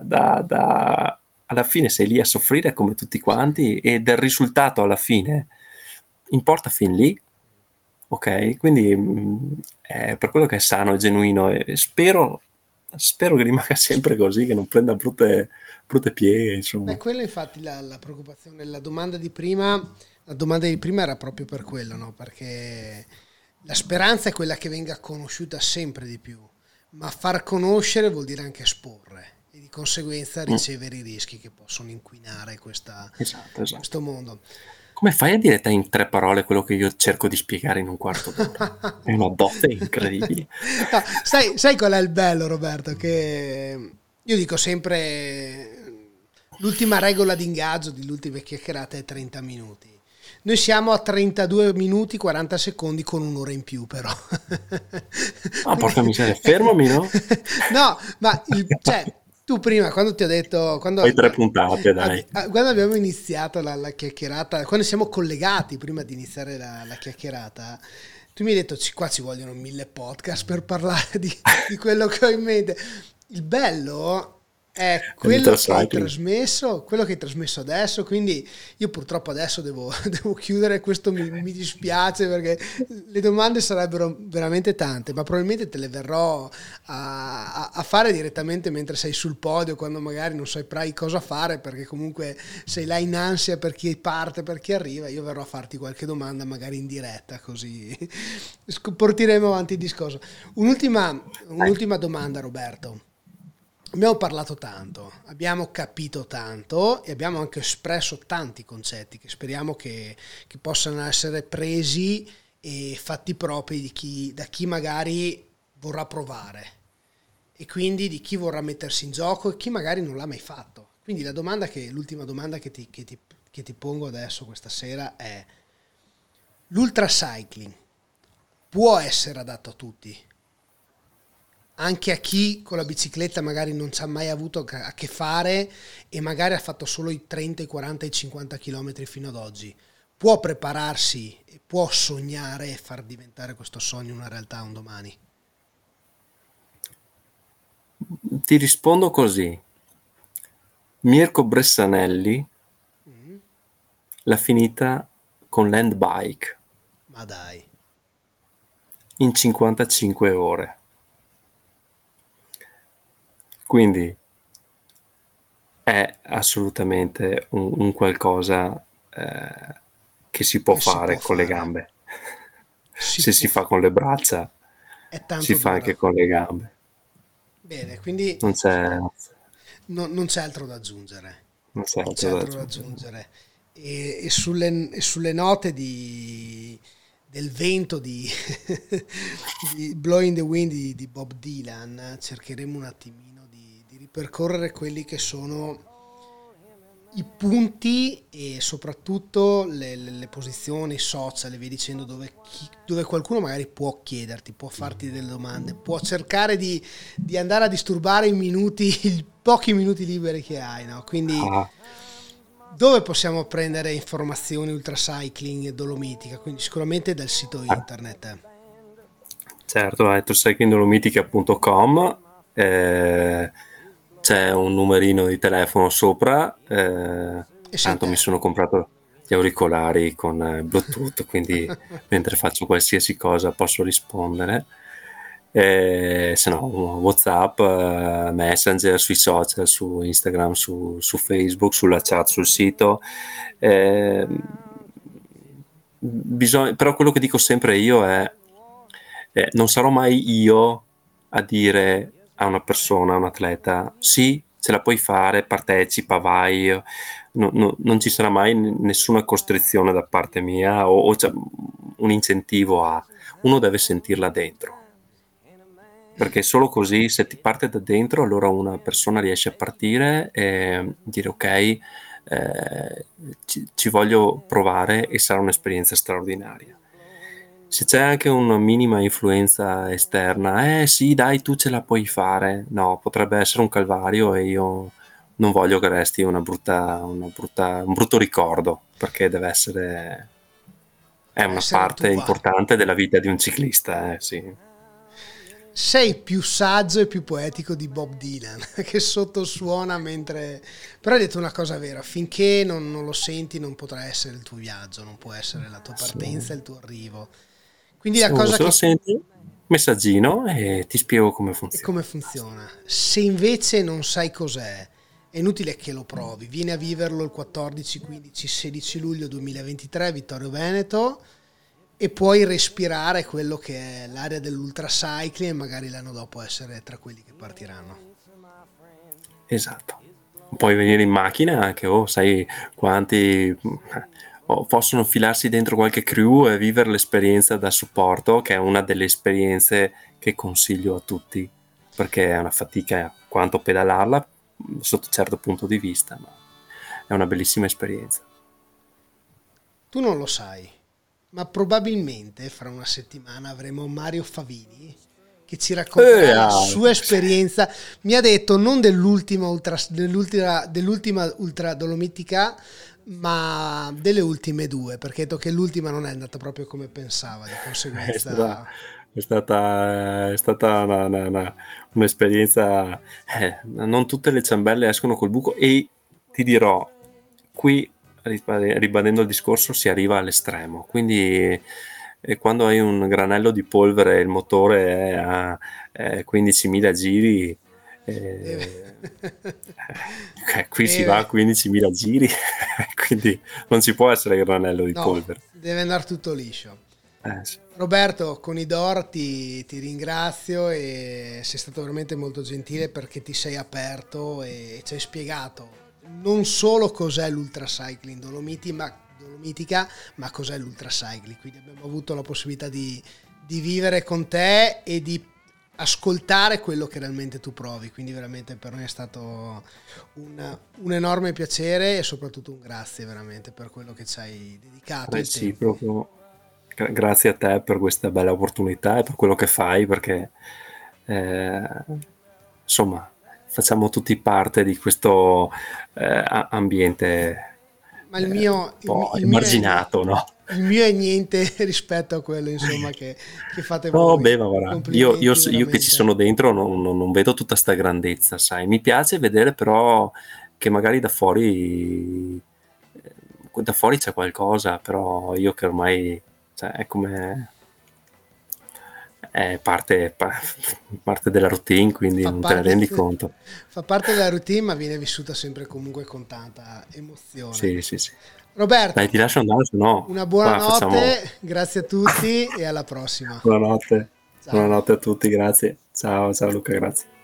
S2: alla fine sei lì a soffrire come tutti quanti e del risultato alla fine importa fin lì, ok? Quindi è per quello che è sano e genuino e spero che rimanga sempre così, che non prenda brutte pieghe,
S1: Beh,
S2: insomma.
S1: quella infatti la preoccupazione, la domanda di prima era proprio per quello, no? Perché la speranza è quella che venga conosciuta sempre di più, ma far conoscere vuol dire anche esporre e di conseguenza
S2: Mm,
S1: ricevere i rischi che possono inquinare
S2: esatto,
S1: questo
S2: esatto.
S1: mondo.
S2: Come fai a dire te in 3 parole quello che io cerco di spiegare in un quarto d'ora? È una dote incredibile.
S1: No, sai qual è il bello, Roberto? Che io dico sempre l'ultima regola di ingaggio di ultime chiacchierate è 30 minuti. Noi siamo a 32 minuti 40 secondi con un'ora in più, però.
S2: Ah,
S1: Quindi,
S2: porca miseria, fermami, no?
S1: no, ma cioè, tu prima, quando ti ho detto,
S2: Poi 3 puntate, dai.
S1: quando abbiamo iniziato la chiacchierata, quando siamo collegati prima di iniziare la chiacchierata, tu mi hai detto qua ci vogliono 1000 podcast per parlare di quello che ho in mente. Il bello è quello che hai trasmesso adesso, quindi io purtroppo adesso devo chiudere, questo mi dispiace perché le domande sarebbero veramente tante, ma probabilmente te le verrò a fare direttamente mentre sei sul podio, quando magari non saprai cosa fare perché comunque sei là in ansia per chi parte, per chi arriva, io verrò a farti qualche domanda magari in diretta, così porteremo avanti il discorso.
S2: Dai.
S1: Un'ultima domanda, Roberto. Abbiamo parlato tanto, abbiamo capito tanto e abbiamo anche espresso tanti concetti che speriamo che possano essere presi e fatti propri da chi magari vorrà provare e quindi di chi vorrà mettersi in gioco e chi magari non l'ha mai fatto. Quindi l'ultima domanda che ti pongo adesso questa sera è: l'ultracycling può essere adatto a tutti? Anche a chi con la bicicletta magari non ci ha mai avuto a che fare e magari ha fatto solo i 30, i 40, i 50 km fino ad oggi. Può prepararsi e può sognare e far diventare questo sogno una realtà un domani.
S2: Ti rispondo così. Mirko Bressanelli
S1: Mm,
S2: l'ha finita con l'handbike
S1: ma dai,
S2: in 55 ore. Quindi è assolutamente un qualcosa che si può
S1: che si può
S2: fare con le
S1: fare.
S2: gambe.
S1: Si
S2: Se si
S1: può
S2: fa
S1: fare.
S2: con le braccia,
S1: È
S2: si
S1: tanto
S2: fa
S1: dura.
S2: anche con le gambe.
S1: Bene, quindi
S2: Non c'è,
S1: non c'è altro da aggiungere.
S2: non c'è
S1: Non c'è
S2: altro da
S1: altro da
S2: aggiungere.
S1: aggiungere. E sulle note del vento di Blowing the Wind di Bob Dylan cercheremo un attimino di ripercorrere quelli che sono i punti e soprattutto le posizioni social e via dicendo dove qualcuno magari può chiederti, può farti delle domande, può cercare di andare a disturbare i pochi minuti liberi che hai, no? Quindi
S2: Ah,
S1: Dove possiamo prendere informazioni ultracycling e dolomitica? Quindi sicuramente dal sito internet.
S2: Certo, è cyclingdolomitica.com, c'è un numerino di telefono sopra, tanto mi sono comprato gli auricolari con Bluetooth, quindi mentre faccio qualsiasi cosa posso rispondere. Se no, WhatsApp, Messenger, sui social, su Instagram, su Facebook, sulla chat, sul sito. Però quello che dico sempre io è non sarò mai io a dire a una persona, a un atleta, sì, ce la puoi fare, partecipa, vai. Non ci sarà mai nessuna costrizione da parte mia o un incentivo a... Uno deve sentirla dentro, perché solo così, se ti parte da dentro, allora una persona riesce a partire e dire ok, ci voglio provare e sarà un'esperienza straordinaria. Se c'è anche una minima influenza esterna, sì, dai, tu ce la puoi fare, no, potrebbe essere un calvario e io non voglio che resti un brutto ricordo, perché deve essere... È una parte importante della vita di un ciclista, sì.
S1: Sei più saggio e più poetico di Bob Dylan, che sottosuona mentre... Però hai detto una cosa vera, finché non lo senti non potrà essere il tuo viaggio, non può essere la tua partenza, il tuo arrivo. Quindi la cosa
S2: se lo senti, messaggino e ti spiego come funziona.
S1: E come funziona. Se invece non sai cos'è, è inutile che lo provi. Vieni a viverlo il 14, 15, 16 luglio 2023 a Vittorio Veneto e puoi respirare quello che è l'area dell'ultracycling e magari l'anno dopo essere tra quelli che partiranno.
S2: Esatto. Puoi venire in macchina anche, sai quanti possono filarsi dentro qualche crew e vivere l'esperienza da supporto, che è una delle esperienze che consiglio a tutti, perché è una fatica quanto pedalarla sotto un certo punto di vista, ma è una bellissima esperienza.
S1: Tu non lo sai, ma probabilmente fra una settimana avremo Mario Favini che ci racconterà la sua esperienza. Mi ha detto non dell'ultima ultra dolomitica, ma delle ultime due, perché ha detto che l'ultima non è andata proprio come pensava, di conseguenza
S2: è stata un'esperienza, non tutte le ciambelle escono col buco, e ti dirò, qui ribadendo il discorso si arriva all'estremo, quindi quando hai un granello di polvere e il motore è a 15.000 giri, qui si va a 15.000 giri, quindi non ci può essere granello di polvere.
S1: Deve andare tutto liscio.
S2: Sì.
S1: Roberto Conidor, ti ringrazio e sei stato veramente molto gentile perché ti sei aperto e ci hai spiegato non solo cos'è l'ultracycling dolomitica, ma cos'è l'ultracycling. Quindi abbiamo avuto la possibilità di vivere con te e di ascoltare quello che realmente tu provi, quindi veramente per noi è stato un enorme piacere e soprattutto un grazie veramente per quello che ci hai dedicato.
S2: Reciproco. Grazie a te per questa bella opportunità e per quello che fai, perché insomma facciamo tutti parte di questo ambiente emarginato, no?
S1: Il mio è niente rispetto a quello, insomma, che fate
S2: no,
S1: voi.
S2: Beh, ma io che ci sono dentro non vedo tutta sta grandezza, sai. Mi piace vedere però che magari da fuori c'è qualcosa, però io che ormai, cioè, è come è parte della routine, quindi non te ne rendi conto.
S1: Fa parte della routine, ma viene vissuta sempre comunque con tanta emozione.
S2: Sì.
S1: Roberto,
S2: dai, ti lascio andare, se no
S1: una buona notte, grazie a tutti e alla prossima.
S2: Buonanotte. Buonanotte a tutti, grazie. Ciao Luca, grazie.